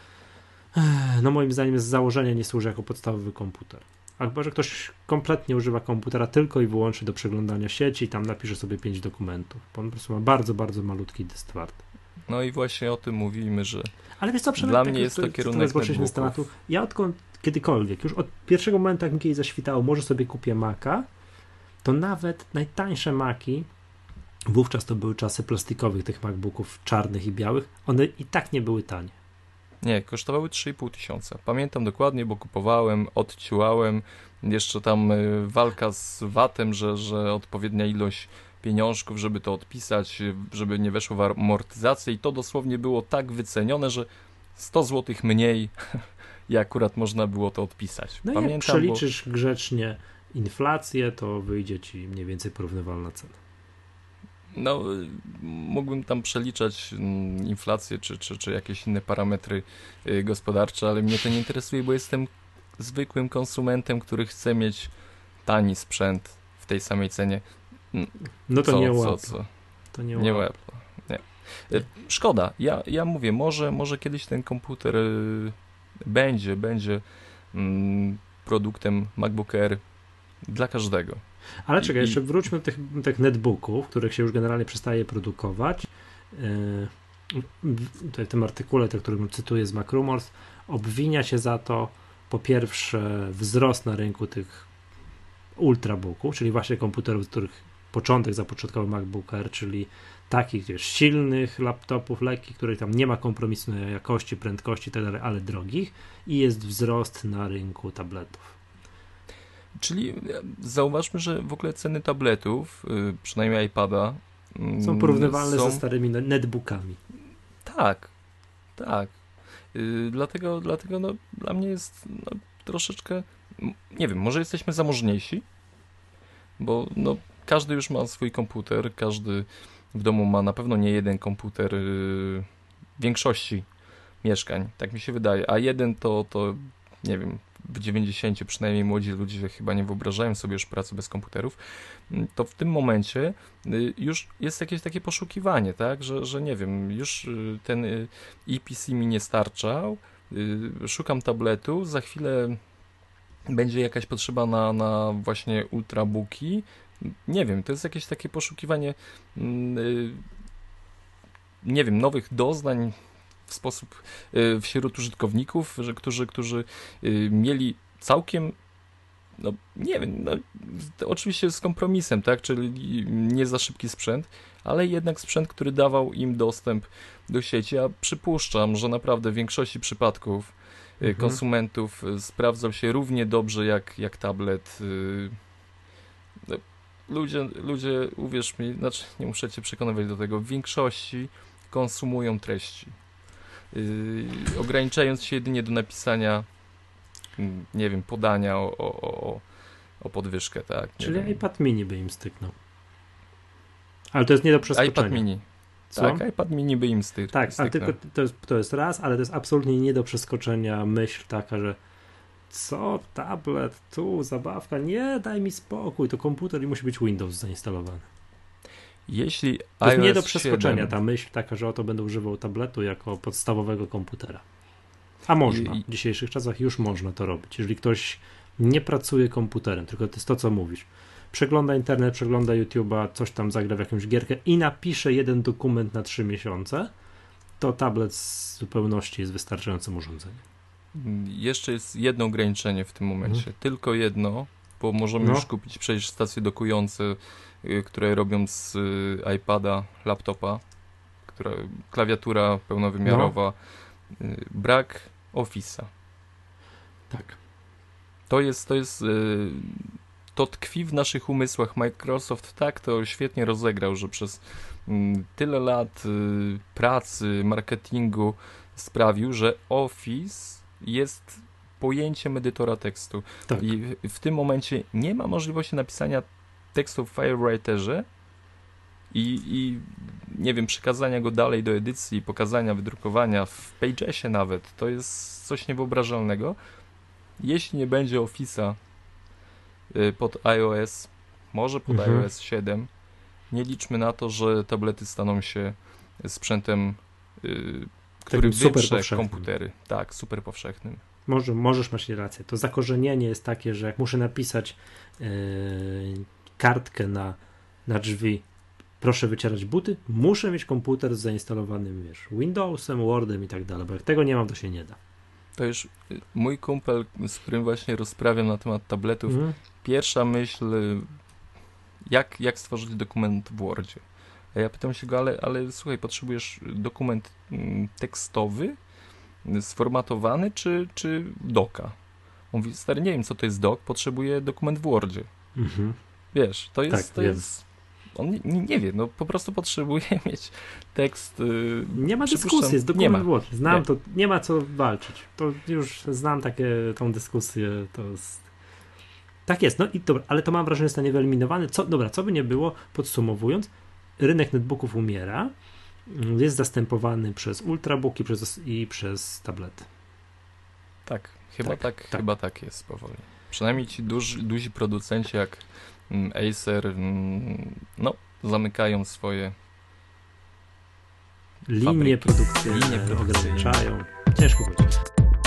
no moim zdaniem z założenia nie służy jako podstawowy komputer. Albo że ktoś kompletnie używa komputera tylko i wyłącznie do przeglądania sieci i tam napisze sobie pięć dokumentów. Bo on po prostu ma bardzo, bardzo malutki dysk twardy. No i właśnie o tym mówimy, że ale wiesz co, dla mnie tak, jest to kierunek z tematu. Ja odkąd kiedykolwiek, już od pierwszego momentu, jak mi kiedyś zaświtało, może sobie kupię Maca, to nawet najtańsze Maki, wówczas to były czasy plastikowych tych MacBooków czarnych i białych, one i tak nie były tanie. Nie, kosztowały trzy i pół tysiąca. Pamiętam dokładnie, bo kupowałem, odciułałem, jeszcze tam y, walka z vatem, że, że odpowiednia ilość pieniążków, żeby to odpisać, żeby nie weszło w amortyzację i to dosłownie było tak wycenione, że sto złotych mniej i akurat można było to odpisać. No Pamiętam, jak przeliczysz bo... grzecznie inflację, to wyjdzie ci mniej więcej porównywalna cena. No, mógłbym tam przeliczać inflację czy, czy, czy jakieś inne parametry gospodarcze, ale mnie to nie interesuje, bo jestem zwykłym konsumentem, który chce mieć tani sprzęt w tej samej cenie. No to co, nie co, łap. co? To nie, nie łap. Nie. Szkoda. Ja, ja mówię, może, może kiedyś ten komputer y, będzie, będzie mm, produktem MacBook Air dla każdego. Ale czekaj, I, jeszcze wróćmy do tych, tych netbooków, których się już generalnie przestaje produkować. Yy, tutaj w tym artykule, to, którym cytuję z MacRumors, obwinia się za to po pierwsze wzrost na rynku tych ultrabooków, czyli właśnie komputerów, z których początek zapoczątkował MacBook Air, czyli takich wiesz, silnych laptopów, lekkich, których tam nie ma kompromisu na jakości, prędkości itd., ale drogich, i jest wzrost na rynku tabletów. Czyli zauważmy, że w ogóle ceny tabletów, przynajmniej iPada, są porównywalne są... ze starymi netbookami. Tak, tak. Yy, dlatego dlatego no, dla mnie jest no, troszeczkę, nie wiem, może jesteśmy zamożniejsi, bo no, każdy już ma swój komputer, każdy w domu ma na pewno nie jeden komputer yy, w większości mieszkań, tak mi się wydaje, a jeden to, to nie wiem, w dziewięćdziesięciu przynajmniej młodzi ludzie chyba nie wyobrażają sobie już pracy bez komputerów, to w tym momencie już jest jakieś takie poszukiwanie, tak, że, że nie wiem, już ten e P C mi nie starczał, szukam tabletu, za chwilę będzie jakaś potrzeba na, na właśnie ultrabooki, nie wiem, to jest jakieś takie poszukiwanie nie wiem, nowych doznań w sposób y, wśród użytkowników, że, którzy, którzy y, mieli całkiem, no nie wiem, no, oczywiście z kompromisem, tak, czyli nie za szybki sprzęt, ale jednak sprzęt, który dawał im dostęp do sieci, a przypuszczam, że naprawdę w większości przypadków y, mhm. konsumentów y, sprawdzał się równie dobrze jak, jak tablet. Y, no, ludzie, ludzie, uwierz mi, znaczy nie muszę cię przekonywać do tego, w większości konsumują treści. Yy, ograniczając się jedynie do napisania, nie wiem, podania o, o, o, o podwyżkę, tak? Czyli wiem. iPad mini by im styknął. Ale to jest nie do przeskoczenia. iPad mini. Co? Tak, iPad mini by im styk, tak, styknął. Tak, ale tylko to jest, to jest raz, ale to jest absolutnie nie do przeskoczenia myśl taka, że co, tablet, tu, zabawka, nie, daj mi spokój, to komputer i musi być Windows zainstalowany. Jeśli to jest nie do iOS przeskoczenia siedem... ta myśl taka, że oto będę używał tabletu jako podstawowego komputera. A można. I, i... W dzisiejszych czasach już można to robić. Jeżeli ktoś nie pracuje komputerem, tylko to jest to, co mówisz. Przegląda internet, przegląda YouTube'a, coś tam zagra w jakąś gierkę i napisze jeden dokument na trzy miesiące, to tablet w zupełności jest wystarczającym urządzeniem. Jeszcze jest jedno ograniczenie w tym momencie. Hmm. Tylko jedno, bo możemy no. już kupić przecież stacje dokujące, y, które robią z y, iPada, laptopa, która, klawiatura pełnowymiarowa. No. Y, brak Office'a. Tak. To jest, to jest, y, to tkwi w naszych umysłach. Microsoft tak to świetnie rozegrał, że przez y, tyle lat y, pracy, marketingu sprawił, że Office jest pojęciem edytora tekstu. Tak. I w, w tym momencie nie ma możliwości napisania tekstu w FireWriterze i, i nie wiem, przekazania go dalej do edycji, pokazania, wydrukowania w Pagesie nawet. To jest coś niewyobrażalnego. Jeśli nie będzie Office'a y, pod iOS, może pod mhm. iOS siedem, nie liczmy na to, że tablety staną się sprzętem y, który wyprze komputery. Tak, super powszechnym. Może, możesz mieć rację. To zakorzenienie jest takie, że jak muszę napisać yy, kartkę na, na drzwi, proszę wycierać buty, muszę mieć komputer z zainstalowanym, wiesz, Windowsem, Wordem i tak dalej, bo jak tego nie mam, to się nie da. To już mój kumpel, z którym właśnie rozprawiam na temat tabletów, mm. pierwsza myśl, jak, jak stworzyć dokument w Wordzie. A ja pytam się go, ale, ale słuchaj, potrzebujesz dokument tekstowy, sformatowany, czy, czy doka? On mówi, stary, nie wiem, co to jest dok, potrzebuję dokument w Wordzie. Mhm. Wiesz, to jest... Tak, to jest on nie, nie wie, no po prostu potrzebuje mieć tekst... Yy, nie ma dyskusji, jest dokument w Wordzie. Znam nie. to, nie ma co walczyć. To już znam takie, tą dyskusję, to jest... Tak jest, no i dobra, ale to mam wrażenie, że zostanie wyeliminowany. Co, dobra, co by nie było, podsumowując, rynek netbooków umiera, jest zastępowany przez ultrabooki przez, i przez tablety. Tak, chyba tak, tak, tak, chyba tak jest powoli. Przynajmniej ci duży, duzi producenci jak mm, Acer mm, no, zamykają swoje linie produkcyjne, linie produkcyjne ograniczają. Ciężko powiedzieć.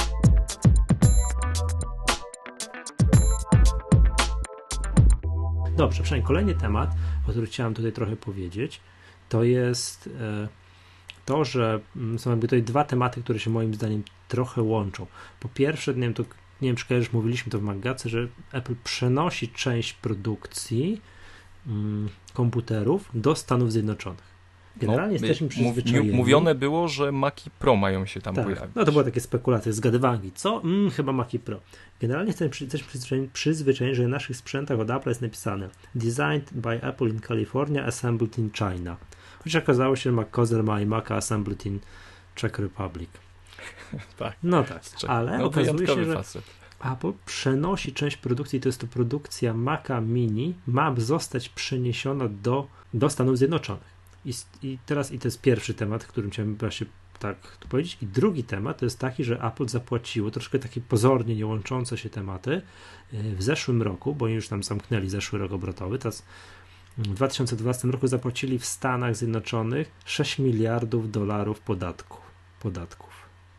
Dobrze, przynajmniej kolejny temat, o którym chciałem tutaj trochę powiedzieć, to jest e, to, że są jakby tutaj dwa tematy, które się moim zdaniem trochę łączą. Po pierwsze, nie wiem, to, nie wiem czy kojarzysz, mówiliśmy to w Magacy, że Apple przenosi część produkcji mm, komputerów do Stanów Zjednoczonych. Generalnie no, jesteśmy przyzwyczajeni. Mówione było, że Maci Pro mają się tam tak, pojawić. No to były takie spekulacje, zgadywanki. Co? Mm, chyba Maci Pro. Generalnie jesteśmy przyzwyczajeni, przyzwyczajeni, że na naszych sprzętach od Apple jest napisane Designed by Apple in California, assembled in China. Chociaż okazało się, że MacCozer ma iMac'a assembled in Czech Republic. tak. No tak, ale no, okazuje się, że facet. Apple przenosi część produkcji, to jest to produkcja Maca Mini, ma zostać przeniesiona do, do Stanów Zjednoczonych. I, I teraz i to jest pierwszy temat, którym chciałem właśnie tak tu powiedzieć. I drugi temat to jest taki, że Apple zapłaciło troszkę takie pozornie nie łączące się tematy w zeszłym roku, bo oni już tam zamknęli zeszły rok obrotowy. Teraz w dwa tysiące dwunastym roku zapłacili w Stanach Zjednoczonych sześć miliardów dolarów podatków. podatków.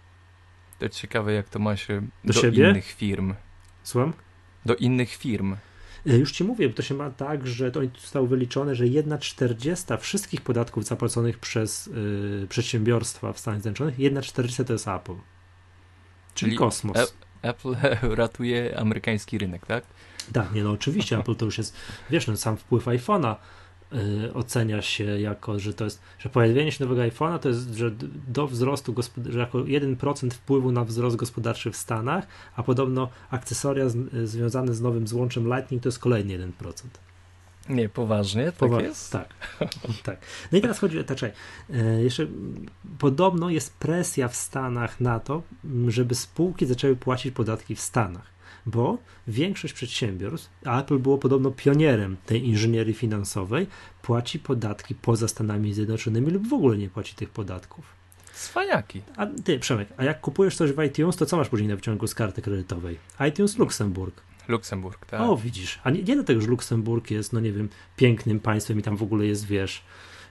To ciekawe, jak to ma się do, do siebie? innych firm. Słucham? Do innych firm. Już ci mówię, to się ma tak, że to zostało wyliczone, że jedna czterdziesta wszystkich podatków zapłaconych przez y, przedsiębiorstwa w Stanach Zjednoczonych, jedna czterdziesta to jest Apple. Czyli, Czyli kosmos. A- Apple ratuje amerykański rynek, tak? Tak, nie no oczywiście, Apple to już jest, wiesz, no, sam wpływ iPhone'a y, ocenia się jako, że to jest, że pojawienie się nowego iPhone'a to jest, że do wzrostu, gospod- że jako jeden procent wpływu na wzrost gospodarczy w Stanach, a podobno akcesoria z, związane z nowym złączem Lightning to jest kolejny jeden procent. Nie, poważnie? Tak Powa- jest? Tak, tak. No i teraz chodzi o, czekaj, jeszcze podobno jest presja w Stanach na to, żeby spółki zaczęły płacić podatki w Stanach, bo większość przedsiębiorstw, a Apple było podobno pionierem tej inżynierii finansowej, płaci podatki poza Stanami Zjednoczonymi lub w ogóle nie płaci tych podatków. Cwaniaki. A ty, Przemek, a jak kupujesz coś w iTunes, to co masz później na wyciągu z karty kredytowej? iTunes Luxemburg. Luksemburg, tak. O, widzisz, a nie, nie dlatego, że Luksemburg jest, no nie wiem, pięknym państwem i tam w ogóle jest, wiesz,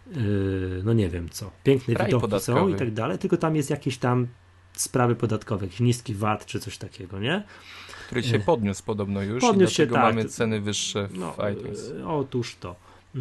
yy, no nie wiem co, piękne Kraj widoki podatkowy. są i tak dalej, tylko tam jest jakieś tam sprawy podatkowe, jakiś niski V A T czy coś takiego, nie? Który się podniósł podobno już Podniósł i się, dlatego tak. mamy ceny wyższe w No, iTunes. yy, otóż to. Yy,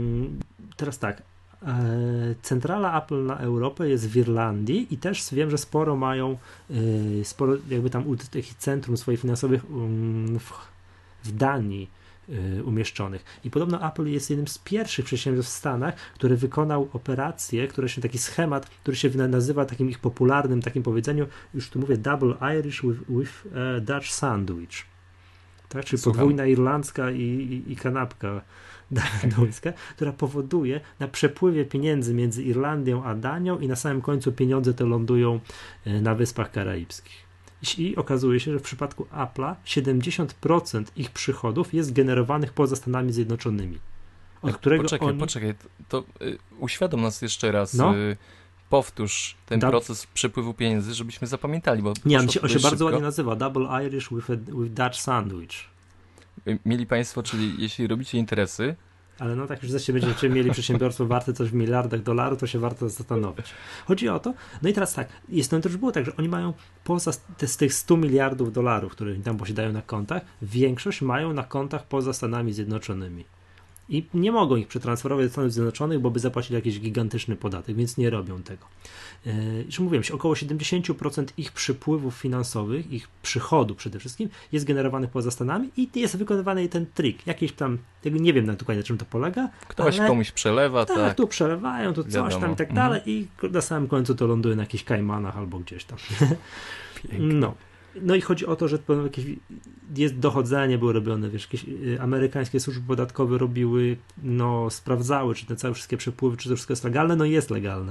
teraz tak, yy, centrala Apple na Europę jest w Irlandii i też wiem, że sporo mają, yy, sporo jakby tam takich centrum swoich finansowych yy, w, w Danii yy, umieszczonych. I podobno Apple jest jednym z pierwszych przedsiębiorstw w Stanach, który wykonał operację, który się taki schemat, który się nazywa takim ich popularnym takim powiedzeniu, już tu mówię, Double Irish with, with uh, Dutch Sandwich. Tak? Czyli Słucham. podwójna irlandzka i, i, i kanapka duńska, która powoduje na przepływie pieniędzy między Irlandią a Danią i na samym końcu pieniądze te lądują na Wyspach Karaibskich. I okazuje się, że w przypadku Apple'a siedemdziesiąt procent ich przychodów jest generowanych poza Stanami Zjednoczonymi. Od którego poczekaj, oni... poczekaj, to, to y, uświadom nas jeszcze raz, No. y, powtórz ten Da- proces przepływu pieniędzy, żebyśmy zapamiętali, bo Nie, on poszło się, on to się dość bardzo szybko. ładnie nazywa Double Irish with, a, with Dutch Sandwich. Y, Mieli Państwo, czyli jeśli robicie interesy, Ale no tak już zresztą będziecie mieli przedsiębiorstwo warte coś w miliardach dolarów, to się warto zastanowić. Chodzi o to, no i teraz tak, jest to też było tak, że oni mają poza te, z tych stu miliardów dolarów, które oni tam posiadają na kontach, większość mają na kontach poza Stanami Zjednoczonymi. I nie mogą ich przetransferować do Stanów Zjednoczonych, bo by zapłacili jakiś gigantyczny podatek, więc nie robią tego. Yy, już mówiłem się, około siedemdziesiąt procent ich przypływów finansowych, ich przychodu przede wszystkim, jest generowanych poza Stanami i jest wykonywany ten trik. Jakiś tam, nie wiem na dokładnie na czym to polega. ktoś ale, komuś przelewa, tak, tak. tu przelewają, tu coś Wiadomo. tam i tak Mhm. dalej i na samym końcu to ląduje na jakichś Kajmanach albo gdzieś tam. Pięknie. No. No i chodzi o to, że jakieś jest dochodzenie było robione, wiesz, jakieś y, amerykańskie służby podatkowe robiły, no sprawdzały, czy te całe wszystkie przepływy, czy to wszystko jest legalne, no jest legalne.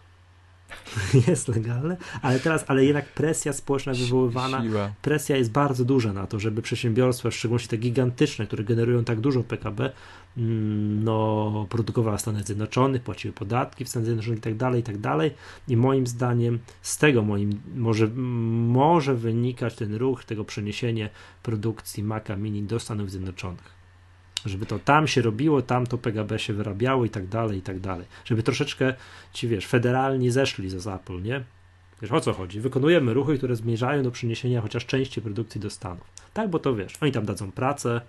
Jest legalne, ale teraz, ale jednak presja społeczna wywoływana, Siła. presja jest bardzo duża na to, żeby przedsiębiorstwa, szczególnie te gigantyczne, które generują tak dużo P K B, no, produkowały w Stanach Zjednoczonych, płaciły podatki w Stanach Zjednoczonych i tak dalej, i tak dalej. I moim zdaniem z tego moim może, może wynikać ten ruch, tego przeniesienie produkcji Maca Mini do Stanów Zjednoczonych. Żeby to tam się robiło, tam to P K B się wyrabiało i tak dalej, i tak dalej. Żeby troszeczkę ci, wiesz, federalni zeszli z Apple, nie? Wiesz, o co chodzi? Wykonujemy ruchy, które zmierzają do przeniesienia chociaż części produkcji do Stanów. Tak, bo to wiesz, oni tam dadzą pracę,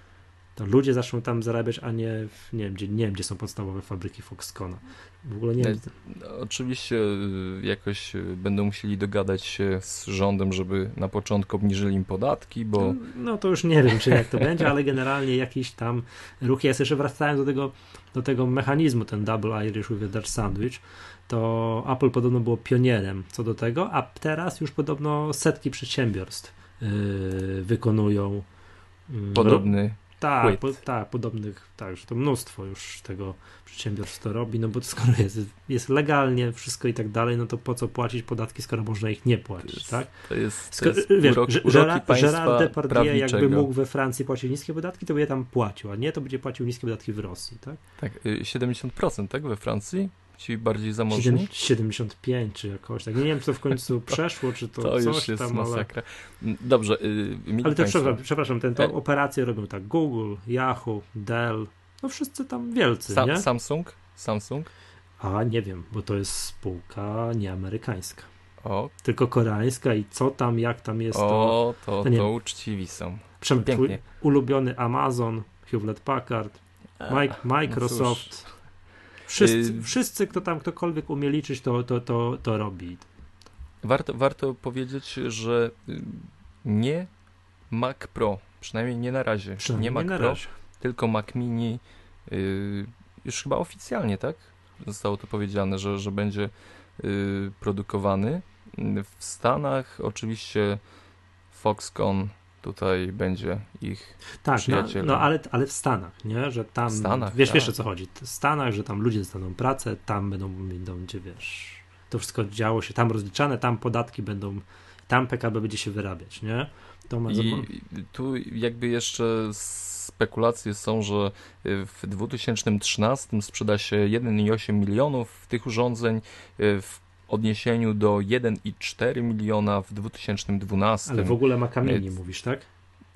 to ludzie zaczną tam zarabiać, a nie, w, nie wiem, gdzie, nie wiem, gdzie są podstawowe fabryki Foxconna. W ogóle nie wiem. No, oczywiście y, jakoś y, będą musieli dogadać się z rządem, żeby na początku obniżyli im podatki, bo No to już nie wiem, czy jak to będzie, ale generalnie jakiś tam ruch jest. Jeszcze wracając do tego, do tego mechanizmu, ten Double Irish with a Dutch Sandwich, to Apple podobno było pionierem co do tego, a teraz już podobno setki przedsiębiorstw yy, wykonują yy, podobny Tak, po, tak, podobnych, tak, że to mnóstwo już tego przedsiębiorstw to robi, no bo to skoro jest, jest legalnie wszystko i tak dalej, no to po co płacić podatki, skoro można ich nie płacić, jest, tak? To jest, to Skoro, jest wiesz, urok, że, uroki że państwa Gerard Depardieu jakby prawniczego. mógł we Francji płacić niskie podatki, to by je tam płacił, a nie, to będzie płacił niskie podatki w Rosji, tak? Tak, y, siedemdziesiąt procent, tak, we Francji? Ci bardziej zamożni? siedemdziesiąt pięć czy jakoś, tak, nie wiem, czy to w końcu przeszło, czy to, To coś już jest tam, ale... masakra. Dobrze, y, mieli Ale to państwo... przepraszam, przepraszam ten, to E- operacje robią tak Google, Yahoo, Dell, no wszyscy tam wielcy, Sa- nie? Samsung? Samsung? A nie wiem, bo to jest spółka nie amerykańska, O, tylko koreańska i co tam, jak tam jest to. o to, to nie. to uczciwi są. Przemek, twój Pięknie. ulubiony Amazon, Hewlett Packard, Mike, Microsoft. No cóż. wszyscy, Y- wszyscy, kto tam ktokolwiek umie liczyć, to, to, to, to robi. Warto, warto powiedzieć, że y, nie Mac Pro, przynajmniej nie na razie, Przynajmniej nie Mac na Pro, razie. tylko Mac Mini, y, już chyba oficjalnie, tak? Zostało to powiedziane, że, że będzie y, produkowany. W Stanach oczywiście Foxconn tutaj będzie ich Tak, no, przyjacielem. no ale, ale w Stanach, nie? Że tam, W Stanach, wiesz, tak. wiesz o co chodzi, w Stanach, że tam ludzie dostaną pracę, tam będą, będą gdzie, wiesz, to wszystko działo się tam rozliczane, tam podatki będą, tam P K B będzie się wyrabiać, nie? To ma I tu jakby jeszcze spekulacje są, że w dwa tysiące trzynastym sprzeda się jeden i osiem milionów tych urządzeń, w odniesieniu do jeden i cztery miliona w dwa tysiące dwunastym. Ale w ogóle Maca Mini Więc- mówisz, tak?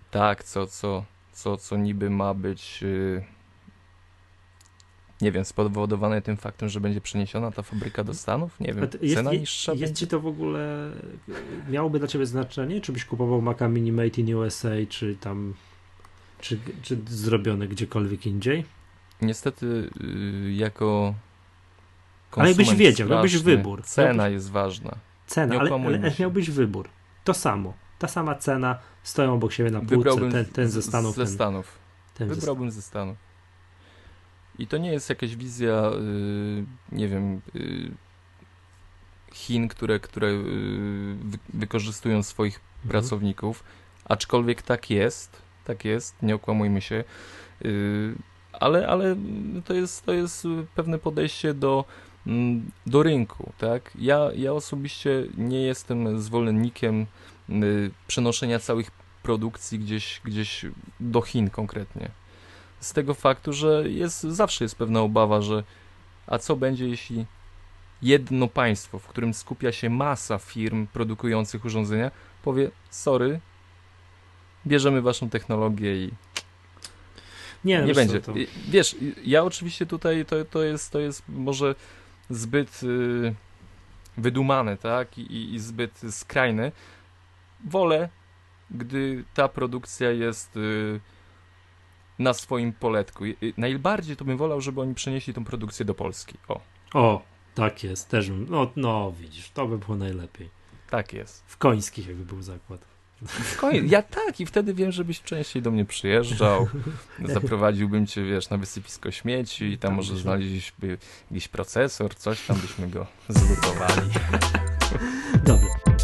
tak, co, co, co, co niby ma być, yy, nie wiem, spowodowane tym faktem, że będzie przeniesiona ta fabryka do Stanów? Nie wiem, jest, cena jest, niższa jest będzie? ci to w ogóle, miałoby dla ciebie znaczenie, czy byś kupował Maca Mini Made in U S A, czy tam, czy, czy zrobione gdziekolwiek indziej? Niestety, yy, jako Ale jakbyś wiedział, straszny, miałbyś wybór. Cena miałbyś... jest ważna. Cena, ale, ale się. miałbyś wybór. To samo. Ta sama cena, stoją obok siebie na półce, Wybrałbym ten, ten ze Stanów. Ze ten, Stanów. ten Wybrałbym ze Stanów. I to nie jest jakaś wizja, yy, nie wiem, yy, Chin, które, które yy, wy, wykorzystują swoich mhm. pracowników, aczkolwiek tak jest, tak jest, nie okłamujmy się, yy, ale, ale to jest, to jest pewne podejście do, do rynku, tak? Ja, ja osobiście nie jestem zwolennikiem yy, przenoszenia całych produkcji gdzieś, gdzieś do Chin konkretnie. Z tego faktu, że jest, zawsze jest pewna obawa, że a co będzie, jeśli jedno państwo, w którym skupia się masa firm produkujących urządzenia, powie, sorry, bierzemy waszą technologię i nie, nie będzie. Co, to... Wiesz, ja oczywiście tutaj, to, to, jest, to jest może zbyt yy, wydumane, tak, I, i zbyt skrajne. Wolę, gdy ta produkcja jest yy, na swoim poletku. Najbardziej to bym wolał, żeby oni przenieśli tą produkcję do Polski. O, o tak jest. Też bym, no, no widzisz, to by było najlepiej. Tak jest. W Końskich jakby był zakład. W Koń... Ja tak i wtedy wiem, żebyś częściej do mnie przyjeżdżał. Zaprowadziłbym cię, wiesz, na wysypisko śmieci i tam, tam może byśmy... znaleźliśmy jakiś procesor, coś tam byśmy go zlutowali. Dobra.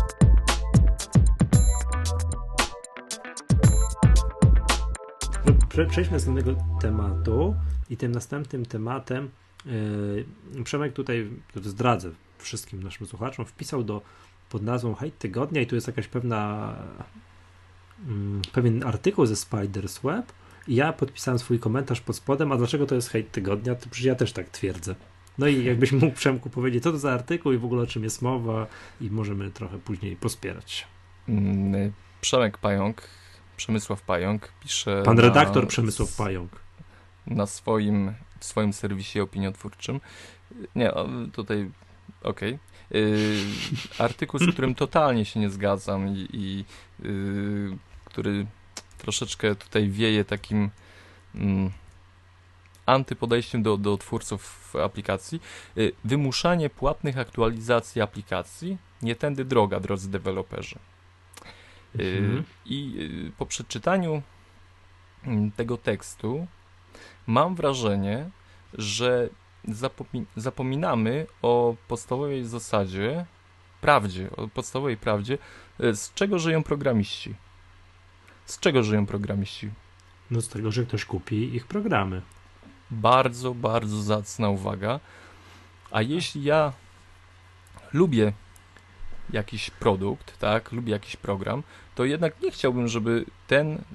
Przejdźmy do następnego tematu i tym następnym tematem yy, Przemek tutaj, to zdradzę wszystkim naszym słuchaczom, wpisał do pod nazwą Hejt Tygodnia i tu jest jakaś pewna yy, pewien artykuł ze Spider's Web i ja podpisałem swój komentarz pod spodem, a dlaczego to jest Hejt Tygodnia? To przecież ja też tak twierdzę. No i jakbyś mógł, Przemku, powiedzieć, co to za artykuł i w ogóle o czym jest mowa i możemy trochę później pospierać. Mm, Przemek Pająk, Przemysław Pająk pisze... Pan redaktor na, Przemysław Pająk. Na swoim, swoim serwisie opiniotwórczym. Nie, tutaj okej. Okay. Yy, artykuł, z którym totalnie się nie zgadzam i, i yy, który troszeczkę tutaj wieje takim yy, antypodejściem do, do twórców aplikacji. Yy, wymuszanie płatnych aktualizacji aplikacji, nie tędy droga, drodzy deweloperzy. Mhm. I po przeczytaniu tego tekstu mam wrażenie, że zapomi- zapominamy o podstawowej zasadzie, prawdzie, o podstawowej prawdzie, z czego żyją programiści. Z czego żyją programiści? No z tego, że ktoś kupi ich programy. Bardzo, bardzo zacna uwaga. A jeśli ja lubię jakiś produkt, tak, lubię jakiś program, to jednak nie chciałbym, żeby ten y,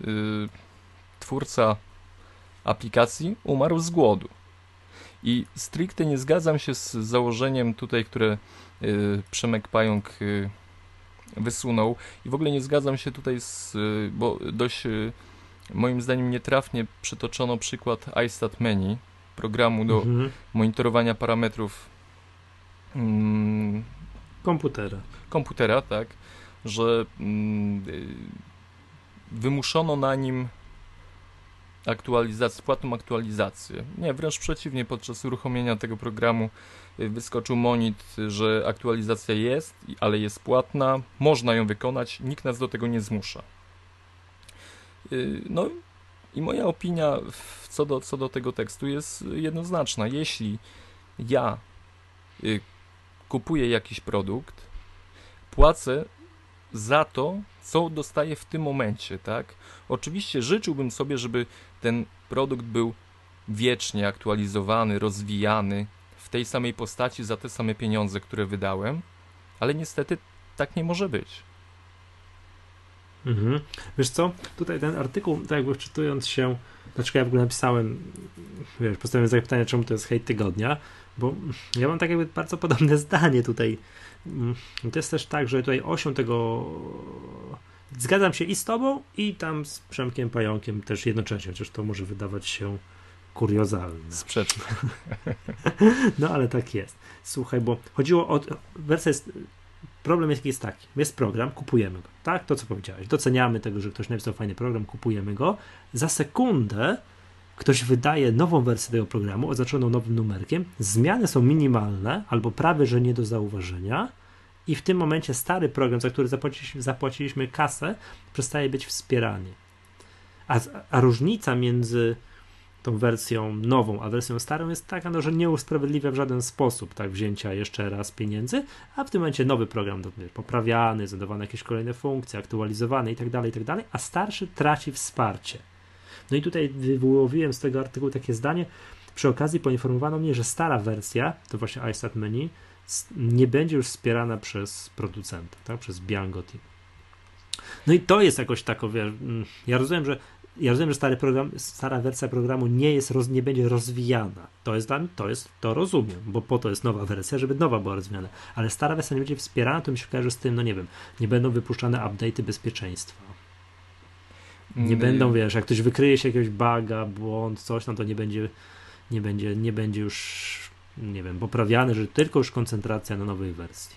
twórca aplikacji umarł z głodu. I stricte nie zgadzam się z założeniem tutaj, które y, Przemek Pająk y, wysunął i w ogóle nie zgadzam się tutaj z, y, bo dość y, moim zdaniem nietrafnie przytoczono przykład iStatMany, programu do mhm. monitorowania parametrów mm, komputera. komputera, tak, że mm, wymuszono na nim aktualizację, płatną aktualizację. Nie, wręcz przeciwnie, podczas uruchomienia tego programu wyskoczył monit, że aktualizacja jest, ale jest płatna, można ją wykonać, nikt nas do tego nie zmusza. No i moja opinia co do, co do tego tekstu jest jednoznaczna. Jeśli ja kupuję jakiś produkt, płacę za to, co dostaję w tym momencie, tak? Oczywiście życzyłbym sobie, żeby ten produkt był wiecznie aktualizowany, rozwijany w tej samej postaci za te same pieniądze, które wydałem, ale niestety tak nie może być. Mhm. Wiesz co, tutaj ten artykuł, tak jakby wczytując się, dlaczego ja w ogóle napisałem, wiesz, postawiłem zapytanie, czemu to jest hejt tygodnia, bo ja mam tak jakby bardzo podobne zdanie tutaj. To jest też tak, że tutaj osią tego zgadzam się i z tobą, i tam z Przemkiem Pająkiem też jednocześnie, chociaż to może wydawać się kuriozalne. Sprzeczne. No ale tak jest. Słuchaj, bo chodziło o... Wersja jest... Problem jest, jest taki. Jest program, kupujemy go. Tak? To, co powiedziałeś. Doceniamy tego, że ktoś napisał fajny program, kupujemy go. Za sekundę ktoś wydaje nową wersję tego programu oznaczoną nowym numerkiem. Zmiany są minimalne albo prawie, że nie do zauważenia i w tym momencie stary program, za który zapłaciliśmy, zapłaciliśmy kasę, przestaje być wspierany. A, a różnica między tą wersją nową, a wersją starą jest taka, no, że nie usprawiedliwia w żaden sposób tak wzięcia jeszcze raz pieniędzy, a w tym momencie nowy program poprawiany, zadawane jakieś kolejne funkcje, aktualizowany i tak dalej, i tak dalej, a starszy traci wsparcie. No i tutaj wyłowiłem z tego artykułu takie zdanie, przy okazji poinformowano mnie, że stara wersja, to właśnie iStat Menu, nie będzie już wspierana przez producenta, tak? Przez Biango Team. No i to jest jakoś tak, wiesz, ja rozumiem, że ja rozumiem, że stary program, stara wersja programu nie jest, roz, nie będzie rozwijana. To jest dla mnie, to jest, to rozumiem, bo po to jest nowa wersja, żeby nowa była rozwijana. Ale stara wersja nie będzie wspierana, to mi się kojarzy z tym, no nie wiem, nie będą wypuszczane update'y bezpieczeństwa. Nie mm. będą, wiesz, jak ktoś wykryje się jakiegoś buga, błąd, coś, no to nie będzie, nie będzie, nie będzie już, nie wiem, poprawiany, że tylko już koncentracja na nowej wersji.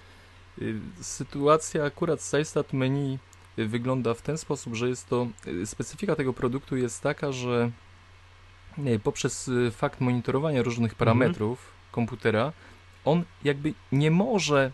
Sytuacja akurat z iStat Menu wygląda w ten sposób, że jest to, specyfika tego produktu jest taka, że poprzez fakt monitorowania różnych parametrów mhm. komputera, on jakby nie może,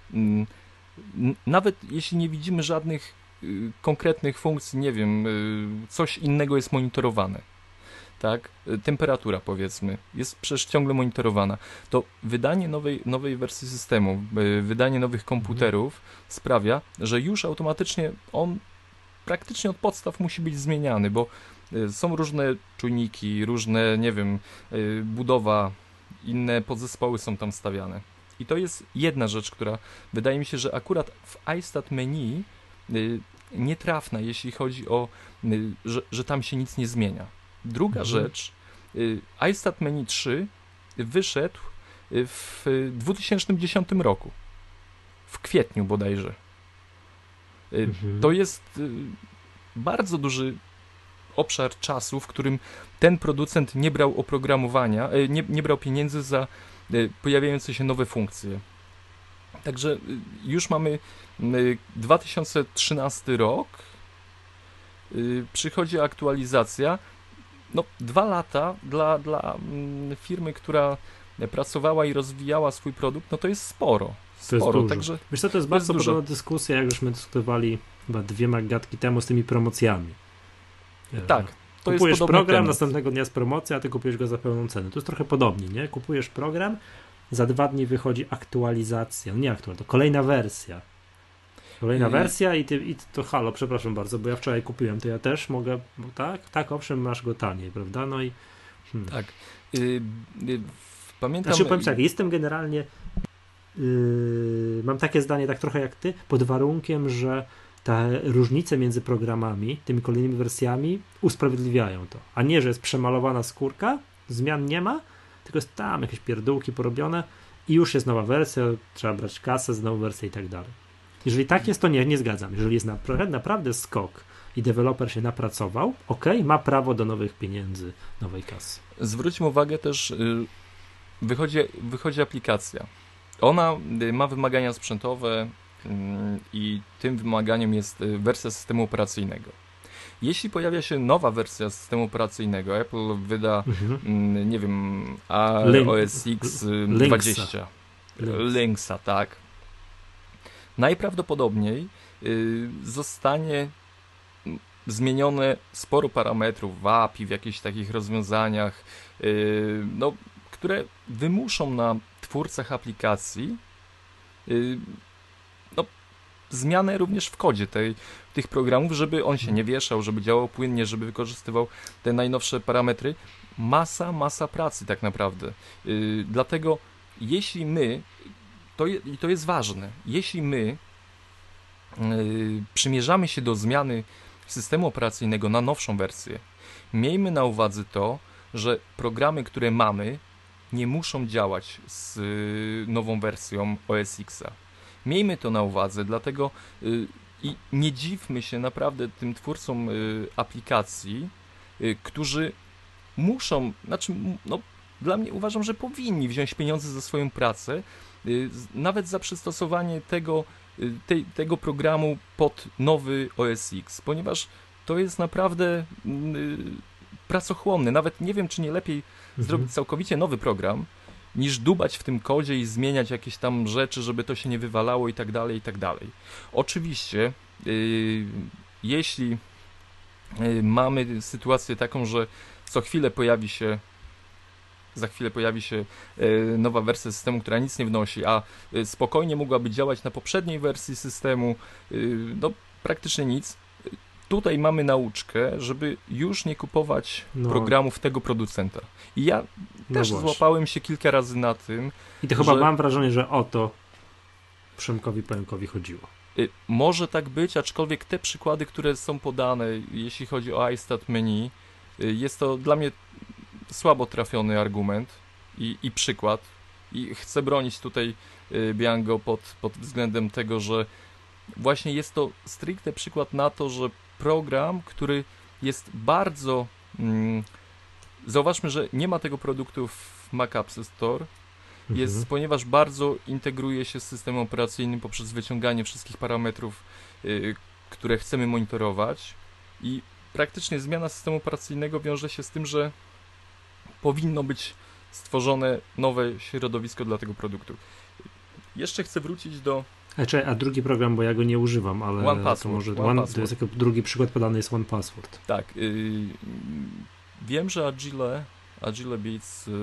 nawet jeśli nie widzimy żadnych konkretnych funkcji, nie wiem, coś innego jest monitorowane, tak, temperatura powiedzmy, jest przecież ciągle monitorowana, to wydanie nowej, nowej wersji systemu, wydanie nowych komputerów mhm. sprawia, że już automatycznie on praktycznie od podstaw musi być zmieniany, bo są różne czujniki, różne, nie wiem, budowa, inne podzespoły są tam stawiane. I to jest jedna rzecz, która wydaje mi się, że akurat w iStat Menu nietrafna, jeśli chodzi o, że, że tam się nic nie zmienia. Druga mhm. rzecz, iStat Menu trzy wyszedł w dwa tysiące dziesiątym roku, w kwietniu bodajże. Mhm. To jest bardzo duży obszar czasu, w którym ten producent nie brał oprogramowania, nie, nie brał pieniędzy za pojawiające się nowe funkcje. Także już mamy dwa tysiące trzynasty rok, przychodzi aktualizacja, no dwa lata dla, dla firmy, która pracowała i rozwijała swój produkt, no to jest sporo. Sporo, to jest także Wiesz co, to jest bardzo podobna dyskusja, jak żeśmy dyskutowali chyba dwie magatki temu z tymi promocjami. Tak, to kupujesz jest program, temat. Następnego dnia jest promocja, a ty kupujesz go za pełną cenę. To jest trochę podobnie, nie? Kupujesz program, za dwa dni wychodzi aktualizacja, no nie aktualizacja, to kolejna wersja. Kolejna I... wersja i ty, i to halo, przepraszam bardzo, bo ja wczoraj kupiłem, to ja też mogę, bo tak, tak, owszem, masz go taniej, prawda? No i... Hmm. Tak. Yy, yy, pamiętam... Znaczy, powiem tak, jestem generalnie Yy, mam takie zdanie, tak trochę jak ty, pod warunkiem, że te różnice między programami, tymi kolejnymi wersjami usprawiedliwiają to, a nie, że jest przemalowana skórka, zmian nie ma, tylko jest tam jakieś pierdółki porobione i już jest nowa wersja, trzeba brać kasę za nową wersję i tak dalej. Jeżeli tak jest, to nie, nie zgadzam. Jeżeli jest napra- naprawdę skok i deweloper się napracował, ok, ma prawo do nowych pieniędzy, nowej kasy. Zwróćmy uwagę też, yy, wychodzi, wychodzi aplikacja. Ona ma wymagania sprzętowe i tym wymaganiem jest wersja systemu operacyjnego. Jeśli pojawia się nowa wersja systemu operacyjnego, Apple wyda, mhm. nie wiem, A O S X dwadzieścia, Lynxa, tak. Najprawdopodobniej zostanie zmienione sporo parametrów w A P I, w jakichś takich rozwiązaniach, no, które wymuszą na twórcach aplikacji yy, no, zmianę również w kodzie tej, tych programów, żeby on się nie wieszał, żeby działał płynnie, żeby wykorzystywał te najnowsze parametry. Masa, masa pracy tak naprawdę. Yy, dlatego jeśli my, to, je, to jest ważne, jeśli my yy, przymierzamy się do zmiany systemu operacyjnego na nowszą wersję, miejmy na uwadze to, że programy, które mamy, nie muszą działać z y, nową wersją O S X a. Miejmy to na uwadze, dlatego y, I nie dziwmy się naprawdę tym twórcom y, aplikacji, y, którzy muszą, znaczy, no, dla mnie uważam, że powinni wziąć pieniądze za swoją pracę, y, z, nawet za przystosowanie tego, y, te, tego programu pod nowy O S X, ponieważ to jest naprawdę y, pracochłonny. Nawet nie wiem, czy nie lepiej mhm. zrobić całkowicie nowy program, niż dubać w tym kodzie i zmieniać jakieś tam rzeczy, żeby to się nie wywalało i tak dalej, i tak dalej. Oczywiście, yy, jeśli yy, mamy sytuację taką, że co chwilę pojawi się, za chwilę pojawi się yy, nowa wersja systemu, która nic nie wnosi, a yy, spokojnie mogłaby działać na poprzedniej wersji systemu, yy, no praktycznie nic. Tutaj mamy nauczkę, żeby już nie kupować no. programów tego producenta. I ja no też właśnie. złapałem się kilka razy na tym. I to że... chyba mam wrażenie, że o to Przemkowi Pająkowi chodziło. Y, może tak być, aczkolwiek te przykłady, które są podane, jeśli chodzi o iStat menu, y, jest to dla mnie słabo trafiony argument i, i przykład. I chcę bronić tutaj y, Biango pod, pod względem tego, że właśnie jest to stricte przykład na to, że program, który jest bardzo... Mm, zauważmy, że nie ma tego produktu w Mac App Store, jest, mhm. ponieważ bardzo integruje się z systemem operacyjnym poprzez wyciąganie wszystkich parametrów, y, które chcemy monitorować i praktycznie zmiana systemu operacyjnego wiąże się z tym, że powinno być stworzone nowe środowisko dla tego produktu. Jeszcze chcę wrócić do... A, czy, a drugi program, bo ja go nie używam, ale One Password, to może One one, Password. To jest jako drugi przykład podany jest One Password. Tak. Yy, wiem, że Agile, Agile Beats yy,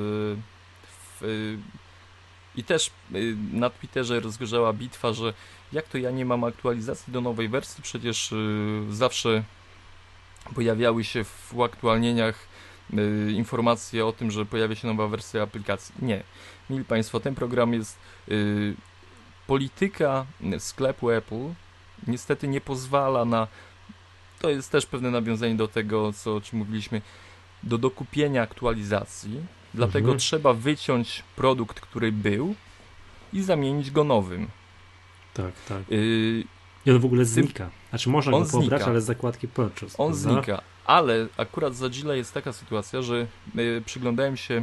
w, yy, i też yy, na Twitterze rozgorzała bitwa, że jak to ja nie mam aktualizacji do nowej wersji, przecież yy, zawsze pojawiały się w uaktualnieniach yy, informacje o tym, że pojawia się nowa wersja aplikacji. Nie. Mili Państwo, ten program jest... Yy, Polityka sklepu Apple niestety nie pozwala na, to jest też pewne nawiązanie do tego, co, o czym mówiliśmy, do dokupienia aktualizacji, dlatego mhm. trzeba wyciąć produkt, który był i zamienić go nowym. Tak, tak. Yy, I on w ogóle znika. Znaczy można go pobrać, znika. ale z zakładki Purchase. On prawda? znika, ale akurat z Agile jest taka sytuacja, że yy, przyglądałem się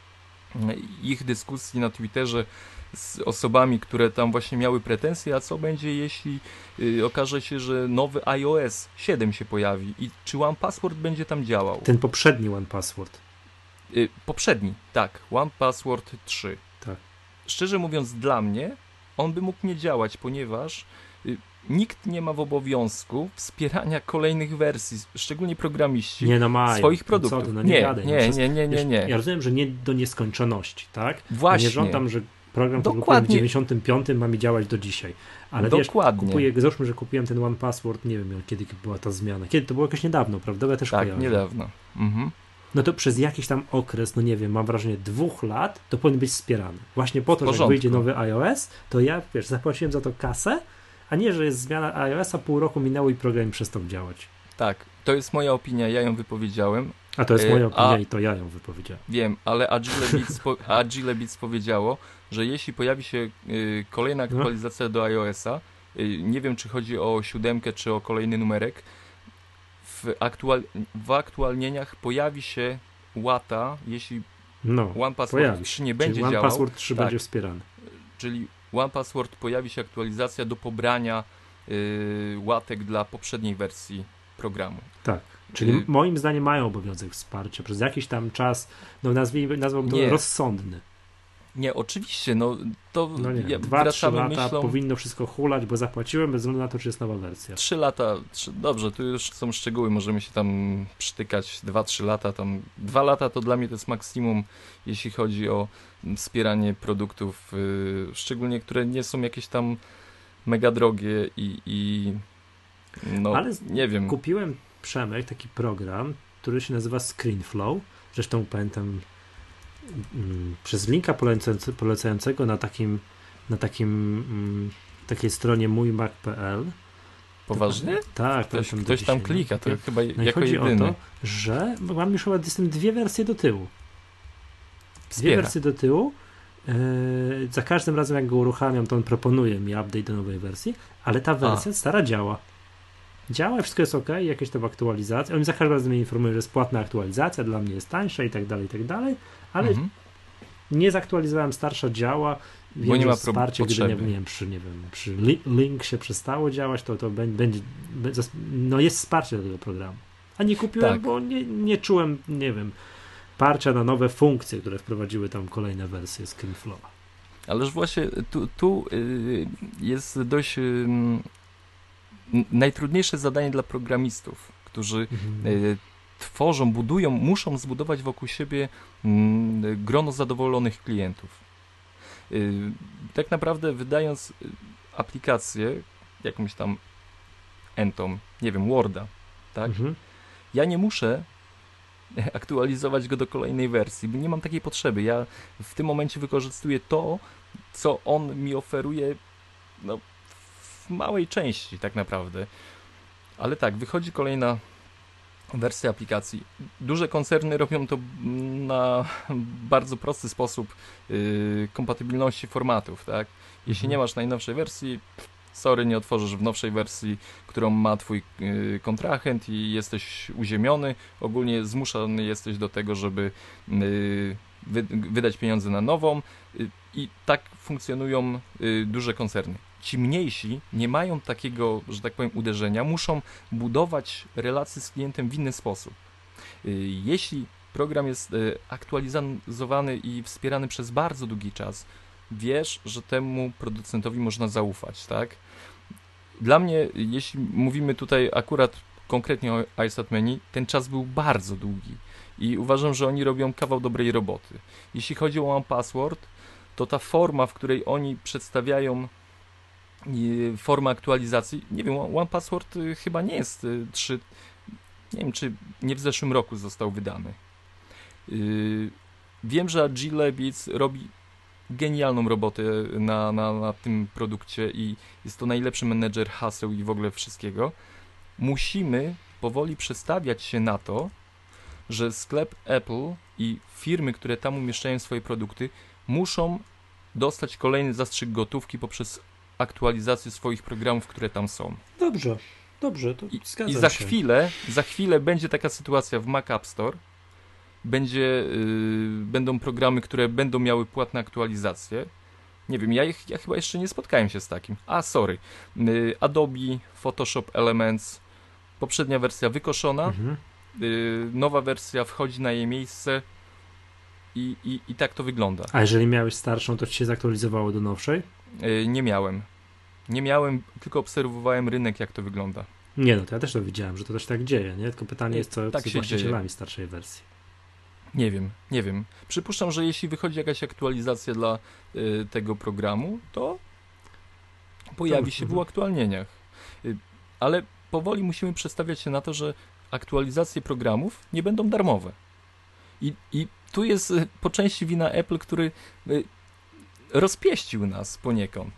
ich dyskusji na Twitterze z osobami, które tam właśnie miały pretensje, a co będzie, jeśli y, okaże się, że nowy iOS siedem się pojawi i czy One Password będzie tam działał? Ten poprzedni One Password. Y, poprzedni, tak. One Password trzy. Tak. Szczerze mówiąc, dla mnie on by mógł nie działać, ponieważ y, nikt nie ma w obowiązku wspierania kolejnych wersji, szczególnie programiści, nie, no mają. swoich produktów. Co ty, no nie, nie, gadaj, nie, nie, nie, nie, nie. Ja rozumiem, że nie do nieskończoności, tak? Właśnie. Nie żądam, że program, który kupiłem w dziewięćdziesiątym piątym ma mi działać do dzisiaj. Ale Dokładnie. wiesz, kupuję, załóżmy, że kupiłem ten One Password, nie wiem kiedy była ta zmiana. Kiedy? To było jakoś niedawno, prawda? Ja też tak, kojarzę. niedawno. Mhm. No to przez jakiś tam okres, no nie wiem, mam wrażenie dwóch lat, to powinien być wspierany. Właśnie po to, że jak wyjdzie nowy iOS, to ja, wiesz, zapłaciłem za to kasę, a nie, że jest zmiana iOS-a, pół roku minęło i program przestał działać. Tak, to jest moja opinia, ja ją wypowiedziałem. A to jest moja opinia a, i to ja ją wypowiedziałem. Wiem, ale Agile Beats, po, Agile Beats powiedziało, że jeśli pojawi się y, kolejna aktualizacja no. do iOS-a, y, nie wiem, czy chodzi o siódemkę, czy o kolejny numerek, w, aktual, w aktualnieniach pojawi się łata, jeśli no, One Password trzy nie będzie One działał. One Password trzy tak, będzie wspierany. Czyli One Password pojawi się aktualizacja do pobrania y, łatek dla poprzedniej wersji programu. Tak. Czyli y moim zdaniem mają obowiązek wsparcia przez jakiś tam czas, no nazwijmy, nazwałbym to rozsądny. Nie, oczywiście, no to no nie, ja, dwa, trzy lata myślą, powinno wszystko hulać, bo zapłaciłem bez względu na to, czy jest nowa wersja. Trzy lata, trzy, dobrze, tu już są szczegóły, możemy się tam przytykać, dwa, trzy lata, tam dwa lata to dla mnie to jest maksimum, jeśli chodzi o wspieranie produktów, yy, szczególnie, które nie są jakieś tam mega drogie i, i no, ale nie wiem. Kupiłem, Przemek, taki program, który się nazywa ScreenFlow, zresztą pamiętam mm, przez linka polecający, polecającego na takim na takim mm, takiej stronie mój mac kropka p l. Poważnie? To, tak. Ktoś, ktoś tam klika, to chyba no jako chodzi jedyny. o to, że mam już chyba jestem dwie wersje do tyłu. Dwie Wspiera. wersje do tyłu Yy, za każdym razem jak go uruchamiam, to on proponuje mi update do nowej wersji, ale ta wersja A. stara działa. Działa, wszystko jest ok, jakieś tam aktualizacje. On za każdym razem mnie informuje, że jest płatna aktualizacja, dla mnie jest tańsza i tak dalej, i tak dalej, ale mhm. nie zaktualizowałem, starsza działa. Wiem, bo nie ma wsparcie, gdyby nie, nie wiem, przy, nie wiem, przy link się przestało działać, to, to będzie, będzie, no jest wsparcie do tego programu. A nie kupiłem, tak. bo nie, nie czułem, nie wiem, parcia na nowe funkcje, które wprowadziły tam kolejne wersje ScreenFlowa. Ależ właśnie tu, tu yy, jest dość yy, najtrudniejsze zadanie dla programistów, którzy mhm. yy, tworzą, budują, muszą zbudować wokół siebie yy, grono zadowolonych klientów. Yy, tak naprawdę wydając aplikację, jakąś tam Entą, nie wiem, Worda, tak? Mhm. Ja nie muszę aktualizować go do kolejnej wersji, bo nie mam takiej potrzeby. Ja w tym momencie wykorzystuję to, co on mi oferuje, no, w małej części tak naprawdę. Ale tak, wychodzi kolejna wersja aplikacji. Duże koncerny robią to na bardzo prosty sposób yy, kompatybilności formatów, tak? Jeśli nie masz najnowszej wersji, sorry, nie otworzysz w nowszej wersji, którą ma twój y, kontrahent i jesteś uziemiony. Ogólnie zmuszony jesteś do tego, żeby y, wy, wydać pieniądze na nową y, i tak funkcjonują y, duże koncerny. Ci mniejsi nie mają takiego, że tak powiem, uderzenia, muszą budować relacje z klientem w inny sposób. Y, jeśli program jest y, aktualizowany i wspierany przez bardzo długi czas, wiesz, że temu producentowi można zaufać, tak? Dla mnie, jeśli mówimy tutaj akurat konkretnie o iStat Menu, ten czas był bardzo długi i uważam, że oni robią kawał dobrej roboty. Jeśli chodzi o One Password, to ta forma, w której oni przedstawiają formę aktualizacji, nie wiem, One Password chyba nie jest trzy, nie wiem, czy nie w zeszłym roku został wydany. Wiem, że Agile Beats robi genialną robotę na, na, na tym produkcie i jest to najlepszy menedżer haseł i w ogóle wszystkiego. Musimy powoli przestawiać się na to, że sklep Apple i firmy, które tam umieszczają swoje produkty, muszą dostać kolejny zastrzyk gotówki poprzez aktualizację swoich programów, które tam są. Dobrze, dobrze, to I, zgadzam i za się. chwilę, za chwilę będzie taka sytuacja w Mac App Store. Będzie, yy, będą programy, które będą miały płatne aktualizacje. Nie wiem, ja, ich, ja chyba jeszcze nie spotkałem się z takim. A, sorry. Yy, Adobe, Photoshop Elements, poprzednia wersja wykoszona, mhm. yy, nowa wersja wchodzi na jej miejsce i, i, i tak to wygląda. A jeżeli miałeś starszą, to ci się zaktualizowało do nowszej? Yy, nie miałem. Nie miałem, tylko obserwowałem rynek, jak to wygląda. Nie, no to ja też to widziałem, że to też tak dzieje, nie? Tylko pytanie jest, co tak z właścicielami starszej wersji. Nie wiem, nie wiem. Przypuszczam, że jeśli wychodzi jakaś aktualizacja dla y, tego programu, to pojawi się w uaktualnieniach. Y, ale powoli musimy przestawiać się na to, że aktualizacje programów nie będą darmowe. I, i tu jest y, po części wina Apple, który y, rozpieścił nas poniekąd.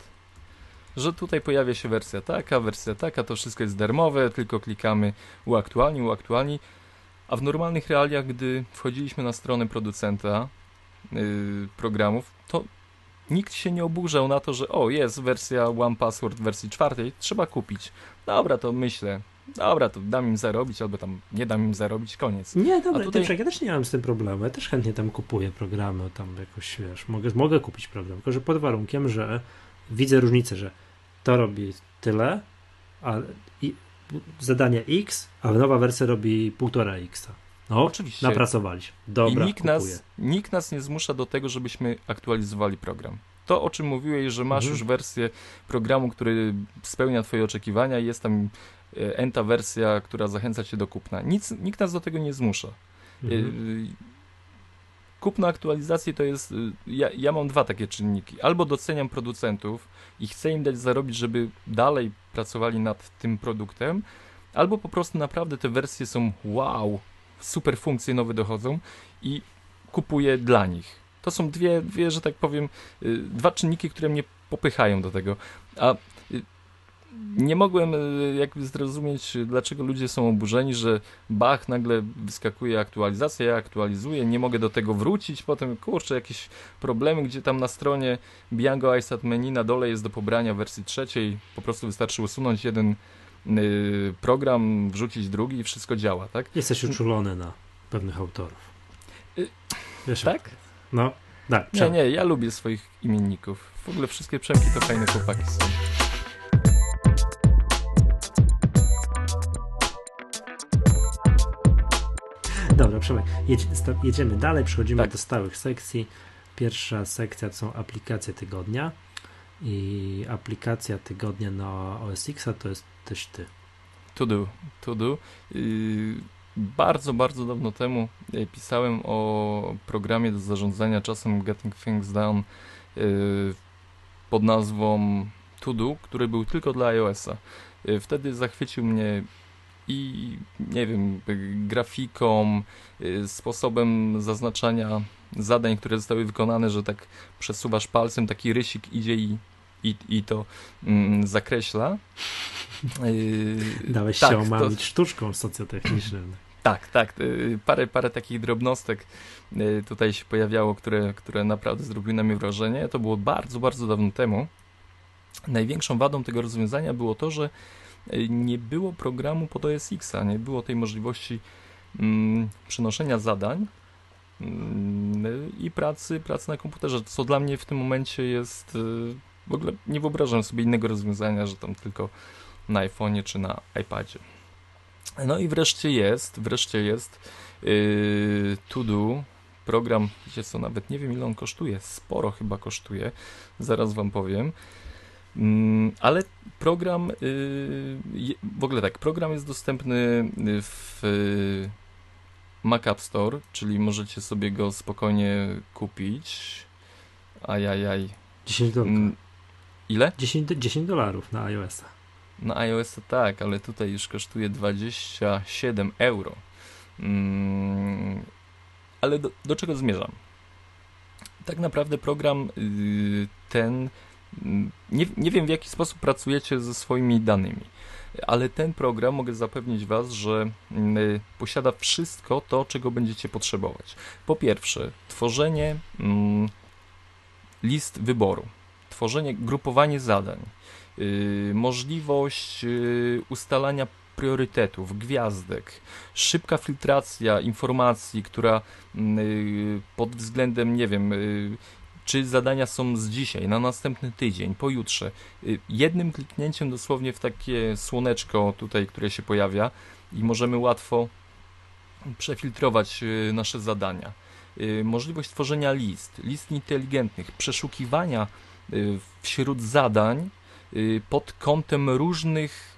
Że tutaj pojawia się wersja taka, wersja taka, to wszystko jest darmowe, tylko klikamy uaktualnij, uaktualnij. A w normalnych realiach, gdy wchodziliśmy na stronę producenta yy, programów, to nikt się nie oburzał na to, że o, jest wersja One Password w wersji czwartej, trzeba kupić. Dobra, to myślę, dobra, to dam im zarobić, albo tam nie dam im zarobić, koniec. Nie, dobra, tutaj... ja też nie mam z tym problemu, ja też chętnie tam kupuję programy, tam jakoś, wiesz, mogę, mogę kupić program, tylko że pod warunkiem, że widzę różnicę, że to robi tyle, a i zadanie X, a nowa wersja robi półtora X. No, oczywiście. Napracowali się. Dobra, I nikt nas, nikt nas nie zmusza do tego, żebyśmy aktualizowali program. To, o czym mówiłeś, że masz mhm. już wersję programu, który spełnia twoje oczekiwania i jest tam enta wersja, która zachęca cię do kupna. Nic, nikt nas do tego nie zmusza. Mhm. Kupno aktualizacji to jest... Ja, ja mam dwa takie czynniki. Albo doceniam producentów i chcę im dać zarobić, żeby dalej pracowali nad tym produktem, albo po prostu naprawdę te wersje są wow, super funkcje nowe dochodzą i kupuję dla nich. To są dwie, dwie, że tak powiem, dwa czynniki, które mnie popychają do tego. A nie mogłem jakby zrozumieć, dlaczego ludzie są oburzeni, że bach, nagle wyskakuje aktualizacja, ja aktualizuję, nie mogę do tego wrócić, potem kurczę, jakieś problemy, gdzie tam na stronie Biango iStat menu na dole jest do pobrania wersji trzeciej, po prostu wystarczy usunąć jeden y, program, wrzucić drugi i wszystko działa, tak? Jesteś uczulony na pewnych autorów. Y, Wiesz, tak? No, tak. Nie, nie, ja lubię swoich imienników. W ogóle wszystkie Przemki to fajne chłopaki są. Dobra, Przemek, jedź, jedziemy dalej, przechodzimy tak. do stałych sekcji. Pierwsza sekcja to są aplikacje tygodnia i aplikacja tygodnia na O S X a to jest też ty. To do, to do. Yy, bardzo, bardzo dawno temu pisałem o programie do zarządzania czasem Getting Things Done yy, pod nazwą To Do, który był tylko dla iOS a. Yy, wtedy zachwycił mnie i nie wiem, grafiką, sposobem zaznaczania zadań, które zostały wykonane, że tak przesuwasz palcem, taki rysik idzie i, i, i to mm, zakreśla. Dałeś tak, się omamić to... sztuczką socjotechniczną. Tak, tak. Parę, parę takich drobnostek tutaj się pojawiało, które, które naprawdę zrobiły na mnie wrażenie. To było bardzo, bardzo dawno temu. Największą wadą tego rozwiązania było to, że nie było programu pod O S X a, nie było tej możliwości mm, przenoszenia zadań mm, i pracy, pracy na komputerze, co dla mnie w tym momencie jest, y, w ogóle nie wyobrażam sobie innego rozwiązania, że tam tylko na iPhone'ie czy na iPadzie. No i wreszcie jest, wreszcie jest y, To Do, program, wiecie co, nawet nie wiem ile on kosztuje, sporo chyba kosztuje, zaraz wam powiem. Ale program, w ogóle tak, program jest dostępny w Mac App Store, czyli możecie sobie go spokojnie kupić. Ajajaj. dziesięć dolarów. Ile? dziesięć dolarów na iOS a. Na iOS a tak, ale tutaj już kosztuje dwadzieścia siedem euro. Ale do, do czego zmierzam? Tak naprawdę program ten Nie, nie wiem, w jaki sposób pracujecie ze swoimi danymi, ale ten program, mogę zapewnić Was, że y, posiada wszystko to, czego będziecie potrzebować. Po pierwsze, tworzenie y, list wyboru, tworzenie, grupowanie zadań, y, możliwość y, ustalania priorytetów, gwiazdek, szybka filtracja informacji, która y, pod względem, nie wiem, y, czy zadania są z dzisiaj, na następny tydzień, pojutrze. Jednym kliknięciem dosłownie w takie słoneczko tutaj, które się pojawia i możemy łatwo przefiltrować nasze zadania. Możliwość tworzenia list, list inteligentnych, przeszukiwania wśród zadań pod kątem różnych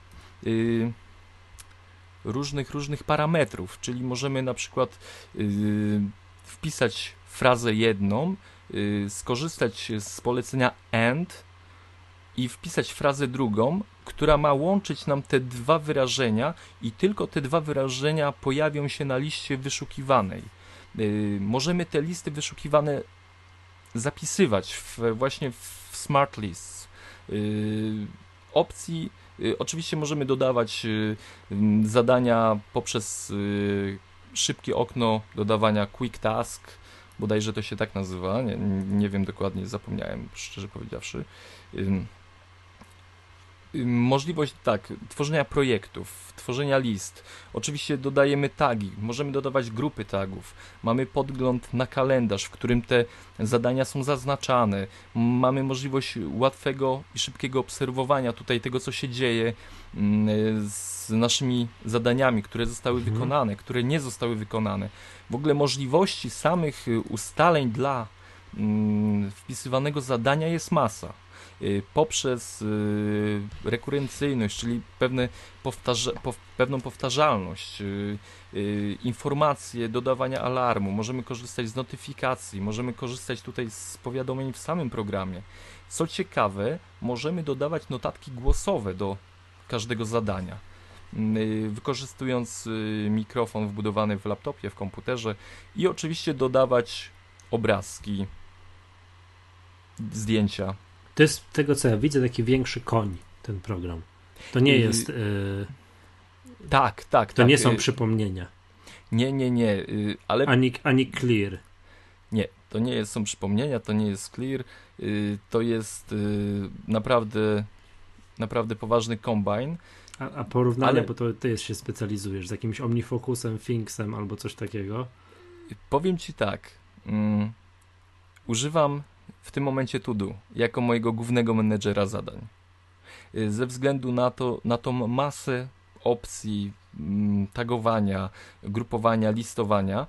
różnych, różnych parametrów, czyli możemy na przykład wpisać frazę jedną, skorzystać z polecenia AND i wpisać frazę drugą, która ma łączyć nam te dwa wyrażenia i tylko te dwa wyrażenia pojawią się na liście wyszukiwanej. Możemy te listy wyszukiwane zapisywać w, właśnie w Smart Lists. Opcji, oczywiście możemy dodawać zadania poprzez szybkie okno dodawania Quick Task, bodajże to się tak nazywa, nie, nie wiem dokładnie, zapomniałem, szczerze powiedziawszy. Ym, ym, możliwość, tak, tworzenia projektów, tworzenia list. Oczywiście dodajemy tagi, możemy dodawać grupy tagów. Mamy podgląd na kalendarz, w którym te zadania są zaznaczane. Mamy możliwość łatwego i szybkiego obserwowania tutaj tego, co się dzieje ym, z naszymi zadaniami, które zostały mhm. wykonane, które nie zostały wykonane. W ogóle możliwości samych ustaleń dla mm, wpisywanego zadania jest masa. Y, poprzez y, rekurencyjność, czyli pewne powtarza, pow, pewną powtarzalność, y, y, informacje, dodawania alarmu, możemy korzystać z notyfikacji, możemy korzystać tutaj z powiadomień w samym programie. Co ciekawe, możemy dodawać notatki głosowe do każdego zadania. Wykorzystując mikrofon wbudowany w laptopie, w komputerze i oczywiście dodawać obrazki, zdjęcia. To jest tego, co ja widzę, taki większy koń, ten program. To nie jest... Yy... Tak, tak. To tak. nie są przypomnienia. Nie, nie, nie, ale... Ani, ani clear. Nie, to nie jest, są przypomnienia, to nie jest clear, to jest naprawdę, naprawdę poważny combine. A, a porównanie, ale... bo to ty jest, się specjalizujesz z jakimś OmniFocusem, Thingsem albo coś takiego? Powiem ci tak, um, używam w tym momencie Todo jako mojego głównego menedżera zadań. Ze względu na to, na tą masę opcji um, tagowania, grupowania, listowania,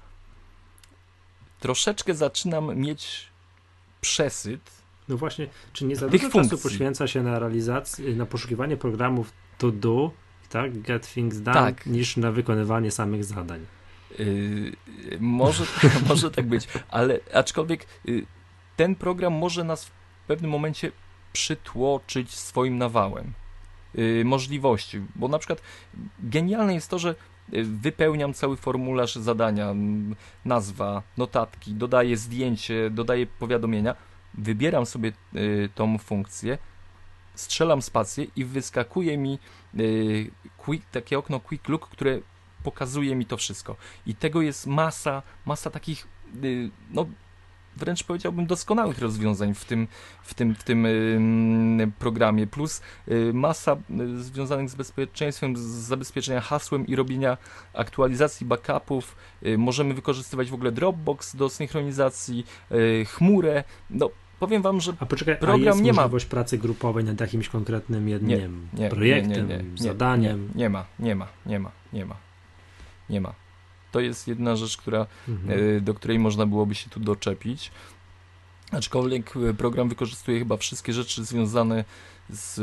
troszeczkę zaczynam mieć przesyt. No właśnie, czy nie za dużo dużo czasu poświęca się na realizację, na poszukiwanie programów to do, tak, get things done, tak. niż na wykonywanie samych zadań? Yy, może, może tak być, ale aczkolwiek yy, ten program może nas w pewnym momencie przytłoczyć swoim nawałem yy, możliwości, bo na przykład genialne jest to, że wypełniam cały formularz zadania, nazwa, notatki, dodaję zdjęcie, dodaję powiadomienia, wybieram sobie y, tą funkcję, strzelam spację i wyskakuje mi y, quick, takie okno Quick Look, które pokazuje mi to wszystko. I tego jest masa, masa takich, y, no wręcz powiedziałbym doskonałych rozwiązań w tym, w tym, w tym y, programie, plus y, masa y, związanych z bezpieczeństwem, z zabezpieczenia hasłem i robienia aktualizacji backupów. Y, możemy wykorzystywać w ogóle Dropbox do synchronizacji, y, chmurę. No, powiem wam, że a poczekaj, program a jest nie ma możliwość pracy grupowej nad jakimś konkretnym jednym nie, nie, projektem, nie, nie, nie, zadaniem? Nie, nie ma, nie ma, nie ma, nie ma, nie ma. To jest jedna rzecz, która, mhm. do której można byłoby się tu doczepić. Aczkolwiek program wykorzystuje chyba wszystkie rzeczy związane z,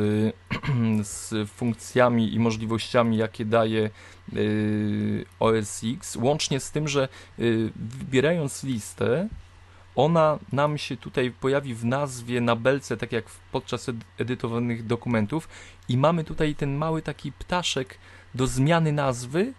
z funkcjami i możliwościami, jakie daje y, O S X, łącznie z tym, że y, wybierając listę, ona nam się tutaj pojawi w nazwie na belce, tak jak podczas edytowanych dokumentów, i mamy tutaj ten mały taki ptaszek do zmiany nazwy,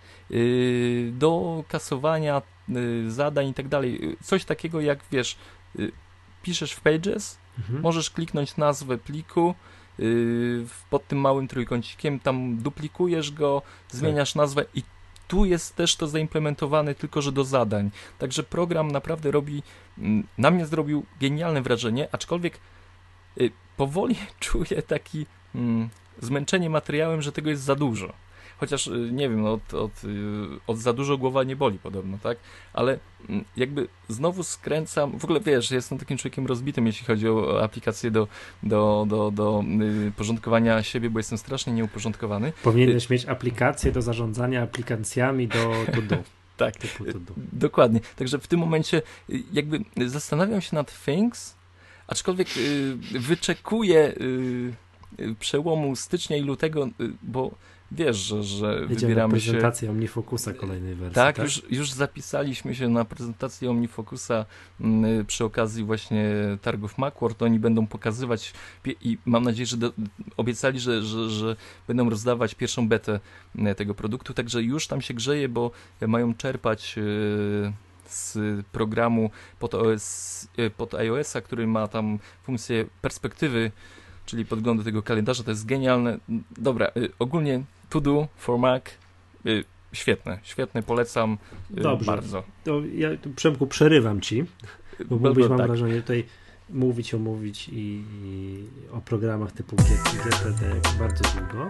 do kasowania zadań i tak dalej. Coś takiego jak, wiesz, piszesz w Pages, mhm. możesz kliknąć nazwę pliku pod tym małym trójkącikiem, tam duplikujesz go, zmieniasz tak. nazwę i tu jest też to zaimplementowane, tylko że do zadań. Także program naprawdę robi, na mnie zrobił genialne wrażenie, aczkolwiek powoli czuję taki mm, zmęczenie materiałem, że tego jest za dużo. Chociaż, nie wiem, od, od, od za dużo głowa nie boli podobno, tak? Ale jakby znowu skręcam, w ogóle wiesz, jestem takim człowiekiem rozbitym, jeśli chodzi o aplikacje do, do, do, do porządkowania siebie, bo jestem strasznie nieuporządkowany. Powinieneś mieć aplikację do zarządzania aplikacjami do To-Do. Tak, to-do. Dokładnie. Także w tym momencie jakby zastanawiam się nad Things, aczkolwiek wyczekuję przełomu stycznia i lutego, bo wiesz, że, że wybieramy na się... prezentację OmniFocusa kolejnej wersji. Tak, tak? Już, już zapisaliśmy się na prezentację OmniFocusa m, przy okazji właśnie targów Macworld. Oni będą pokazywać i mam nadzieję, że do, obiecali, że, że, że będą rozdawać pierwszą betę tego produktu, także już tam się grzeje, bo mają czerpać yy, z programu pod, O S, pod iOS-a, który ma tam funkcję perspektywy, czyli podglądu tego kalendarza. To jest genialne. Dobra, y, ogólnie To Do for Mac y, świetne, świetne, polecam y, Dobrze. bardzo. To ja, Przemku, przerywam ci, bo mógłbyś, mam tak. wrażenie, tutaj mówić, omówić i, i o programach typu G P D bardzo długo.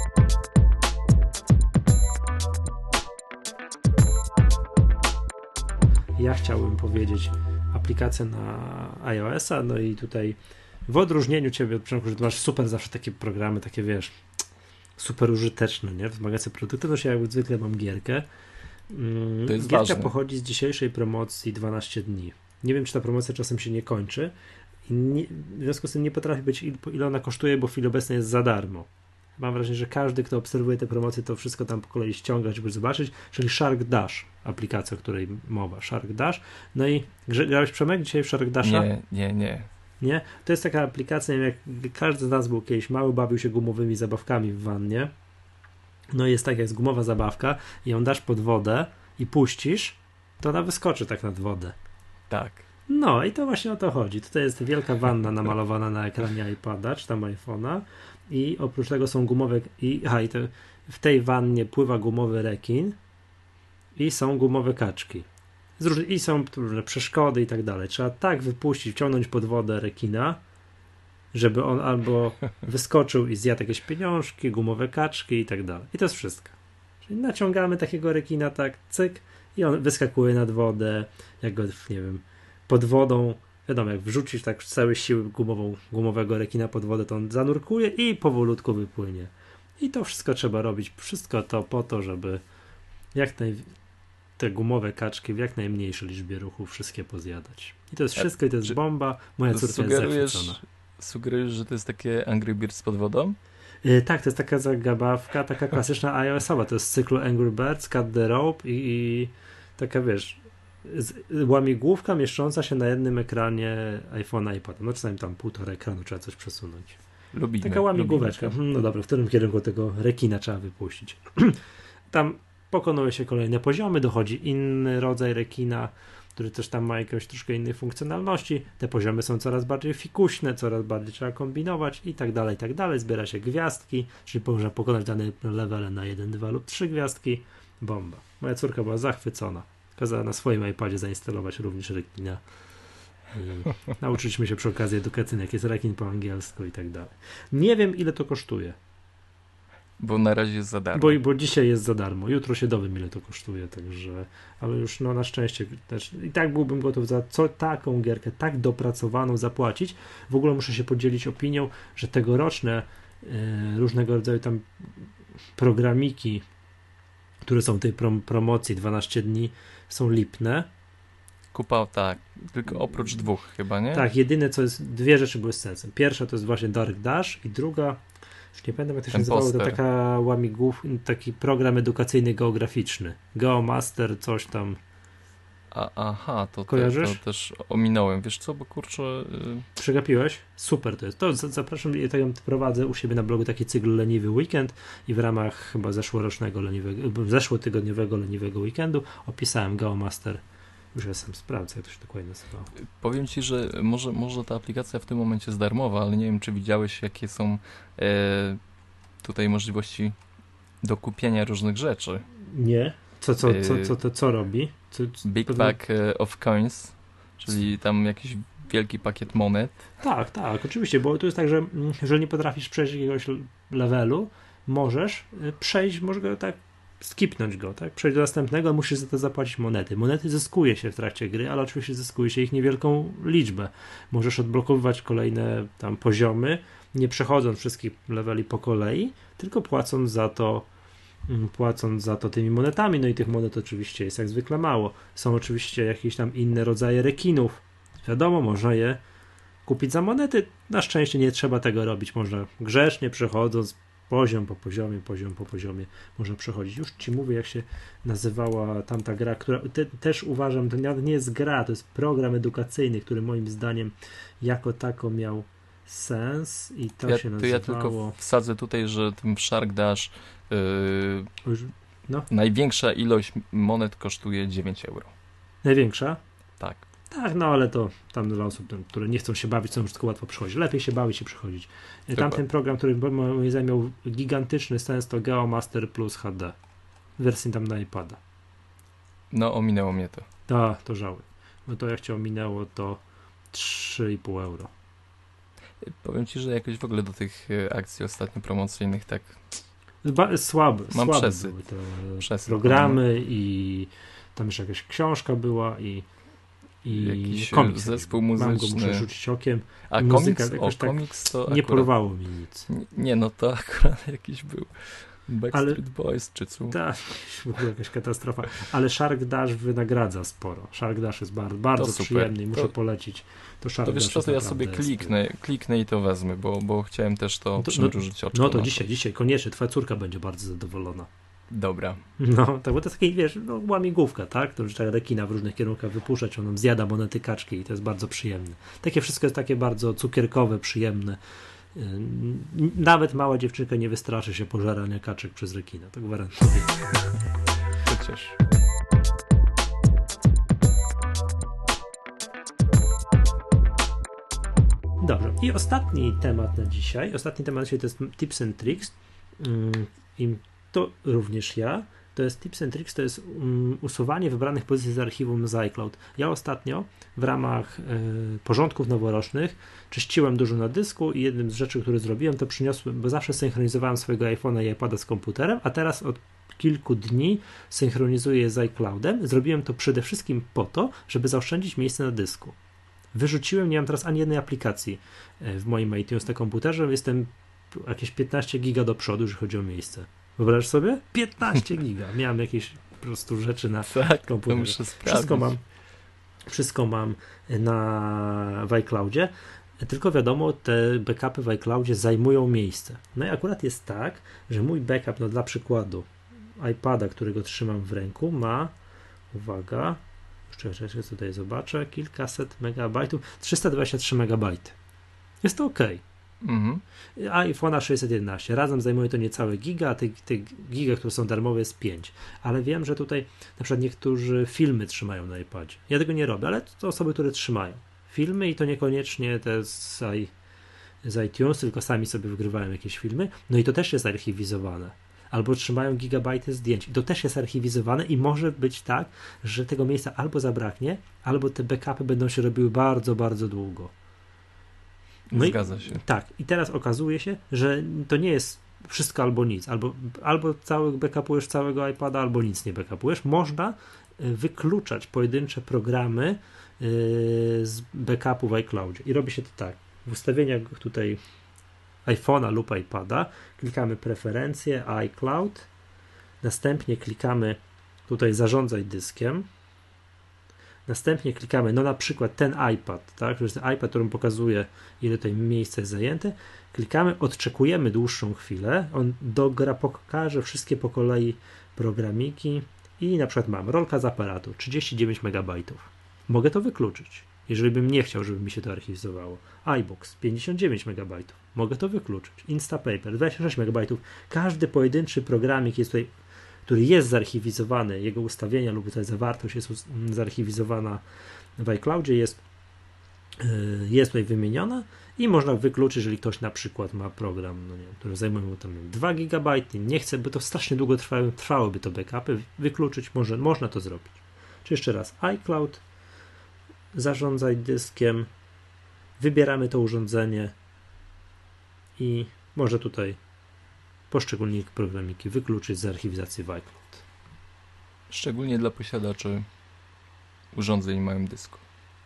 Ja chciałbym powiedzieć aplikację na iOS-a, no i tutaj w odróżnieniu ciebie od Przemku, że ty masz super zawsze takie programy, takie wiesz, super użyteczne, nie? Wzmagające produkty, to się jak zwykle mam gierkę. To jest Gierka ważne. pochodzi z dzisiejszej promocji dwanaście dni. Nie wiem, czy ta promocja czasem się nie kończy i nie, w związku z tym nie potrafi być, ile ona kosztuje, bo w chwili obecnej jest za darmo. Mam wrażenie, że każdy, kto obserwuje te promocje, to wszystko tam po kolei ściąga, żeby zobaczyć, czyli Shark Dash, aplikacja, o której mowa, Shark Dash. No i grałeś, Przemek, dzisiaj w Shark Dasha? Nie, nie, nie. Nie? To jest taka aplikacja, jak każdy z nas był kiedyś mały, bawił się gumowymi zabawkami w wannie. No i jest tak, jak jest gumowa zabawka i ją dasz pod wodę i puścisz, to ona wyskoczy tak nad wodę. Tak. No i to właśnie o to chodzi. Tutaj jest wielka wanna namalowana na ekranie iPada czy tam iPhone'a. i oprócz tego są gumowe i, aha, i te, w tej wannie pływa gumowy rekin i są gumowe kaczki. I są różne przeszkody i tak dalej. Trzeba tak wypuścić, wciągnąć pod wodę rekina, żeby on albo wyskoczył i zjadł jakieś pieniążki, gumowe kaczki i tak dalej. I to jest wszystko. Czyli naciągamy takiego rekina tak, cyk, i on wyskakuje nad wodę, jak go, nie wiem, pod wodą, wiadomo, jak wrzucisz tak całe siły gumową, gumowego rekina pod wodę, to on zanurkuje i powolutku wypłynie. I to wszystko trzeba robić. Wszystko to po to, żeby jak naj... te gumowe kaczki w jak najmniejszej liczbie ruchów wszystkie pozjadać. I to jest wszystko i to jest bomba. Moja córka jest zachwycona. Sugerujesz, że to jest takie Angry Birds pod wodą? Yy, tak, to jest taka zabawka, taka klasyczna iOS-owa. To jest z cyklu Angry Birds, Cut the Rope i, i taka, wiesz, z, łamigłówka mieszcząca się na jednym ekranie iPhone'a i iPada. No czasami tam półtora ekranu trzeba coś przesunąć. Lubimy. Taka łamigłóweczka. Lubimy. No dobra, w którym kierunku tego rekina trzeba wypuścić. Tam pokonuje się kolejne poziomy, dochodzi inny rodzaj rekina, który też tam ma jakieś troszkę innej funkcjonalności. Te poziomy są coraz bardziej fikuśne, coraz bardziej trzeba kombinować i tak dalej, i tak dalej. Zbiera się gwiazdki, czyli można pokonać dane levele na jeden, dwa lub trzy gwiazdki. Bomba. Moja córka była zachwycona. Kazała na swoim iPadzie zainstalować również rekina. I nauczyliśmy się przy okazji edukacyjnej, jak jest rekin po angielsku i tak dalej. Nie wiem, ile to kosztuje. Bo na razie jest za darmo. Bo, bo dzisiaj jest za darmo. Jutro się dowiem, ile to kosztuje, także, ale już no na szczęście też, i tak byłbym gotów za co taką gierkę tak dopracowaną zapłacić. W ogóle muszę się podzielić opinią, że tegoroczne y, różnego rodzaju tam programiki, które są w tej prom- promocji dwanaście dni, są lipne. Kupa, tak, tylko oprócz dwóch chyba, nie? Tak, jedyne co jest, dwie rzeczy były z sensem. Pierwsza to jest właśnie Dark Dash i druga, już nie pamiętam jak to się nazywało, to taka łamigłów, taki program edukacyjny geograficzny. Geomaster, coś tam. A, aha, to, to, Kojarzysz? to też ominąłem. Wiesz co, bo kurczę... Yy... Przegapiłeś? Super to jest. To zapraszam, ja tam prowadzę u siebie na blogu taki cykl Leniwy Weekend i w ramach chyba zeszłorocznego leniwego, zeszłotygodniowego leniwego weekendu opisałem Geomaster. Już ja sam sprawdzę, jak to się dokładnie nazywało. Powiem Ci, że może, może ta aplikacja w tym momencie jest darmowa, ale nie wiem, czy widziałeś, jakie są e, tutaj możliwości do kupienia różnych rzeczy. Nie? Co, co, co, co, to, co robi? Co, co, Big pewnie... Pack of Coins, czyli tam jakiś wielki pakiet monet. Tak, tak, oczywiście, bo to jest tak, że jeżeli nie potrafisz przejść jakiegoś levelu, możesz przejść, może go tak skipnąć go, tak? Przejść do następnego, musisz za to zapłacić monety. Monety zyskuje się w trakcie gry, ale oczywiście zyskuje się ich niewielką liczbę. Możesz odblokowywać kolejne tam poziomy, nie przechodząc wszystkich leveli po kolei, tylko płacąc za to płacąc za to tymi monetami, no i tych monet oczywiście jest jak zwykle mało. Są oczywiście jakieś tam inne rodzaje rekinów. Wiadomo, można je kupić za monety. Na szczęście nie trzeba tego robić. Można grzecznie przechodząc poziom po poziomie, poziom po poziomie można przechodzić. Już Ci mówię, jak się nazywała tamta gra, która te, też uważam, to nie jest gra, to jest program edukacyjny, który moim zdaniem jako tako miał sens i to ja, się nazywało... To ja tylko wsadzę tutaj, że tym Shark Dash yy, no. największa ilość monet kosztuje dziewięć euro. Największa? Tak. Tak, no ale to tam dla osób, które nie chcą się bawić, to już tylko łatwo przychodzi. Lepiej się bawić i przychodzić. Tamten program, który moim zdaniem miał gigantyczny sens, to Geomaster Plus H D. W wersji tam na iPada. No, ominęło mnie to. Tak, to żałuję. Bo to jak Cię ominęło, to trzy i pół euro. Powiem Ci, że jakoś w ogóle do tych akcji ostatnio promocyjnych tak... Ba- słabe, Mam słabe przesyt. były te Przesyt, programy no. I tam jeszcze jakaś książka była i i jakiś komiks, zespół muzyczny. Mam go, muszę rzucić okiem. A muzyka, komiks, o, tak komiks to nie akurat... porwało mi nic. Nie, nie, no to akurat jakiś był Backstreet Ale... Boys czy co? Tak, w ogóle jakaś katastrofa. Ale Shark Dash wynagradza sporo. Shark Dash jest bardzo, bardzo przyjemny i muszę to... polecić. To Shark To wiesz Dash co, to ja sobie kliknę, jest... kliknę i to wezmę, bo, bo chciałem też to, to przymrużyć no, oczko. No to dzisiaj, dzisiaj, koniecznie. Twoja córka będzie bardzo zadowolona. Dobra. No, tak, bo to jest taki, wiesz, no, łamigłówka, tak? To już trzeba rekina w różnych kierunkach wypuszczać, on zjada monety kaczki i to jest bardzo przyjemne. Takie wszystko jest takie bardzo cukierkowe, przyjemne. Nawet mała dziewczynka nie wystraszy się pożarania kaczek przez rekina, to gwarantuję. Przecież. Dobrze. I ostatni temat na dzisiaj. Ostatni temat na dzisiaj to jest Tips and Tricks. I to również ja. To jest Tips and Tricks, to jest um, usuwanie wybranych pozycji z archiwum z iCloud. Ja ostatnio w ramach y, porządków noworocznych czyściłem dużo na dysku i jednym z rzeczy, które zrobiłem, to przyniosłem, bo zawsze synchronizowałem swojego iPhone'a i iPada z komputerem, a teraz od kilku dni synchronizuję je z iCloudem. Zrobiłem to przede wszystkim po to, żeby zaoszczędzić miejsce na dysku. Wyrzuciłem, nie mam teraz ani jednej aplikacji w moim iTunes na komputerze, jestem jakieś piętnaście giga do przodu, jeżeli chodzi o miejsce. Wyobraź sobie? piętnaście giga. Miałem jakieś po prostu rzeczy na tak, komputerze. Wszystko mam, wszystko mam na w iCloudzie, tylko wiadomo, te backupy w iCloudzie zajmują miejsce. No i akurat jest tak, że mój backup, no dla przykładu iPada, którego trzymam w ręku, ma, uwaga, jeszcze, jeszcze tutaj zobaczę, kilkaset megabajtów, trzysta dwadzieścia trzy megabajty. Jest to ok. Mhm. iPhone'a sześćset jedenaście. Razem zajmuje to niecałe giga, a tych, tych giga, które są darmowe, jest pięć. Ale wiem, że tutaj na przykład niektórzy filmy trzymają na iPadzie. Ja tego nie robię, ale to osoby, które trzymają filmy i to niekoniecznie te z, i, z iTunes, tylko sami sobie wygrywają jakieś filmy. No i to też jest archiwizowane. Albo trzymają gigabajty zdjęć. I to też jest archiwizowane i może być tak, że tego miejsca albo zabraknie, albo te backupy będą się robiły bardzo, bardzo długo. No Zgadza się. I, tak, i teraz okazuje się, że to nie jest wszystko albo nic, albo, albo cały backupujesz całego iPada, albo nic nie backupujesz. Można wykluczać pojedyncze programy z backupu w iCloudzie i robi się to tak. W ustawieniach tutaj iPhone'a lub iPada klikamy preferencje, iCloud, następnie klikamy tutaj zarządzaj dyskiem. Następnie klikamy, no na przykład ten iPad, tak, to jest ten iPad, którym pokazuje, ile tutaj miejsca jest zajęte. Klikamy, odczekujemy dłuższą chwilę, on dogra, pokaże wszystkie po kolei programiki i na przykład mam rolka z aparatu, trzydzieści dziewięć megabajtów. Mogę to wykluczyć, jeżeli bym nie chciał, żeby mi się to archiwizowało. iBox, pięćdziesiąt dziewięć megabajtów. Mogę to wykluczyć. Instapaper, dwadzieścia sześć megabajtów. Każdy pojedynczy programik jest tutaj, który jest zarchiwizowany, jego ustawienia lub tutaj zawartość jest zarchiwizowana w iCloudzie, jest, jest tutaj wymieniona i można wykluczyć, jeżeli ktoś na przykład ma program, no nie, który zajmuje mu tam dwa gigabajty, nie chce, by to strasznie długo trwały, trwałyby to backupy, wykluczyć, może, można to zrobić. Czy jeszcze raz, iCloud, zarządzaj dyskiem, wybieramy to urządzenie i może tutaj poszczególne programiki wykluczyć z archiwizacji w iCloud. Szczególnie dla posiadaczy urządzeń w małym dysku.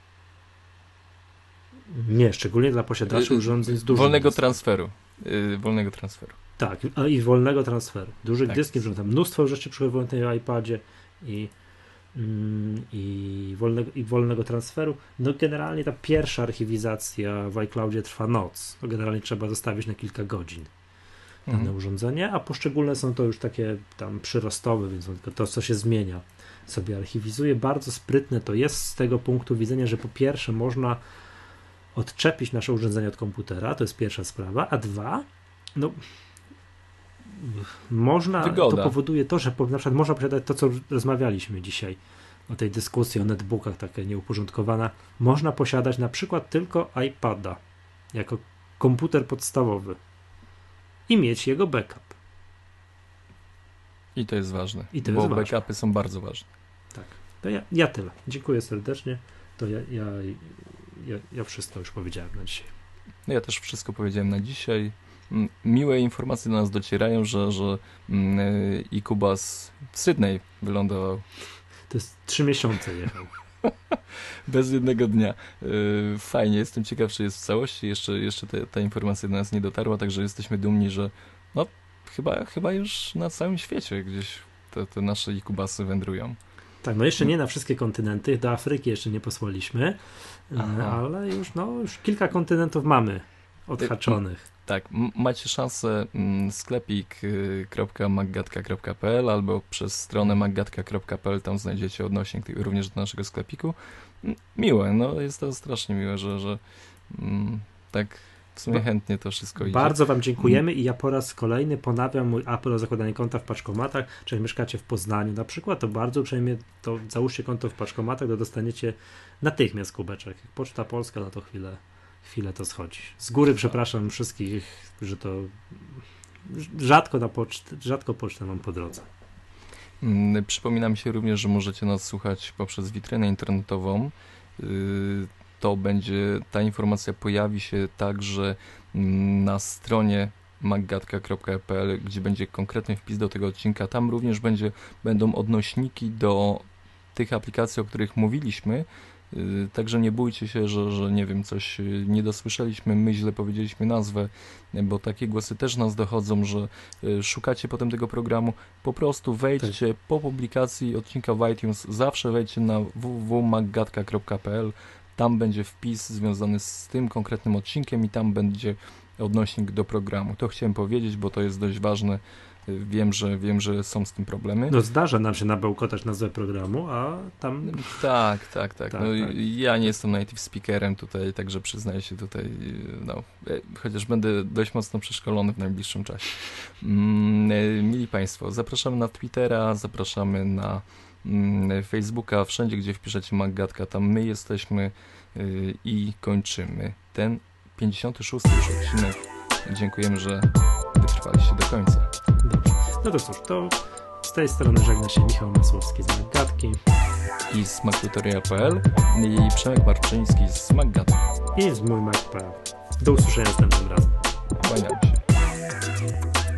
Nie, szczególnie dla posiadaczy urządzeń z dużym wolnego dyskiem. transferu. Yy, wolnego transferu. Tak, a i wolnego transferu. Dużych tak. dyskiem, że tam mnóstwo rzeczy przechowują na tym iPadzie i, mm, i, wolnego, i wolnego transferu. No generalnie ta pierwsza archiwizacja w iCloudzie trwa noc. To generalnie trzeba zostawić na kilka godzin dane mhm. urządzenie, a poszczególne są to już takie tam przyrostowe, więc to, co się zmienia, sobie archiwizuje. Bardzo sprytne to jest z tego punktu widzenia, że po pierwsze można odczepić nasze urządzenie od komputera, to jest pierwsza sprawa, a dwa, no można, Wygoda. to powoduje to, że na przykład można posiadać to, co rozmawialiśmy dzisiaj o tej dyskusji o netbookach, taka nieuporządkowana, można posiadać na przykład tylko iPada jako komputer podstawowy i mieć jego backup. I to jest ważne, I to bo jest backupy ważne. są bardzo ważne. Tak, to ja, ja tyle. Dziękuję serdecznie. To ja, ja, ja, ja wszystko już powiedziałem na dzisiaj. No ja też wszystko powiedziałem na dzisiaj. Miłe informacje do nas docierają, że, że iKubas w Sydney wylądował. To jest trzy miesiące jechał. Bez jednego dnia. Fajnie, jestem ciekaw, czy jest w całości. Jeszcze, jeszcze te, ta informacja do nas nie dotarła, także jesteśmy dumni, że no, chyba, chyba już na całym świecie gdzieś te, te nasze iKubasy wędrują. Tak, no jeszcze nie na wszystkie kontynenty, do Afryki jeszcze nie posłaliśmy, Aha. ale już, no, już kilka kontynentów mamy odhaczonych. Tak, m- macie szansę m, sklepik y, .maggatka kropka p l albo przez stronę maggatka kropka p l, tam znajdziecie odnośnik również do naszego sklepiku. M- miłe, no jest to strasznie miłe, że, że m, tak w sumie chętnie to wszystko idzie. Bardzo wam dziękujemy i ja po raz kolejny ponawiam mój apel o zakładanie konta w paczkomatach. Czy mieszkacie w Poznaniu na przykład, to bardzo uprzejmie to załóżcie konto w paczkomatach, to dostaniecie natychmiast kubeczek. Jak Poczta Polska, no to chwilę chwilę to schodzi. Z góry przepraszam wszystkich, że to rzadko na pocztę, rzadko pocztę mam po drodze. Przypominam się również, że możecie nas słuchać poprzez witrynę internetową. To będzie, ta informacja pojawi się także na stronie maggatka kropka p l, gdzie będzie konkretny wpis do tego odcinka. Tam również będzie, będą odnośniki do tych aplikacji, o których mówiliśmy. Także nie bójcie się, że, że nie wiem, coś nie dosłyszeliśmy, my źle powiedzieliśmy nazwę, bo takie głosy też nas dochodzą, że szukacie potem tego programu. Po prostu wejdźcie tak. po publikacji odcinka w iTunes, zawsze wejdźcie na w w w kropka maggatka kropka p l, tam będzie wpis związany z tym konkretnym odcinkiem i tam będzie odnośnik do programu. To chciałem powiedzieć, bo to jest dość ważne. Wiem, że wiem, że są z tym problemy. No zdarza nam się nabełkotać nazwę programu, a tam... Tak, tak, tak. tak, no, tak. Ja nie jestem native speakerem tutaj, także przyznaję się tutaj, no, chociaż będę dość mocno przeszkolony w najbliższym czasie. Mm, mili Państwo, zapraszamy na Twittera, zapraszamy na mm, Facebooka, wszędzie, gdzie wpiszecie Maggatka, tam my jesteśmy yy, i kończymy ten pięćdziesiąty szósty już odcinek. Dziękujemy, że wytrwaliście do końca. Dobrze. No to cóż, to z tej strony żegna się Michał Masłowski z Maggatki i z Maktutoria kropka p l i Przemek Marczyński z Maggatki i z mój Mac kropka p l. Do usłyszenia następnym razem. Kłaniam się.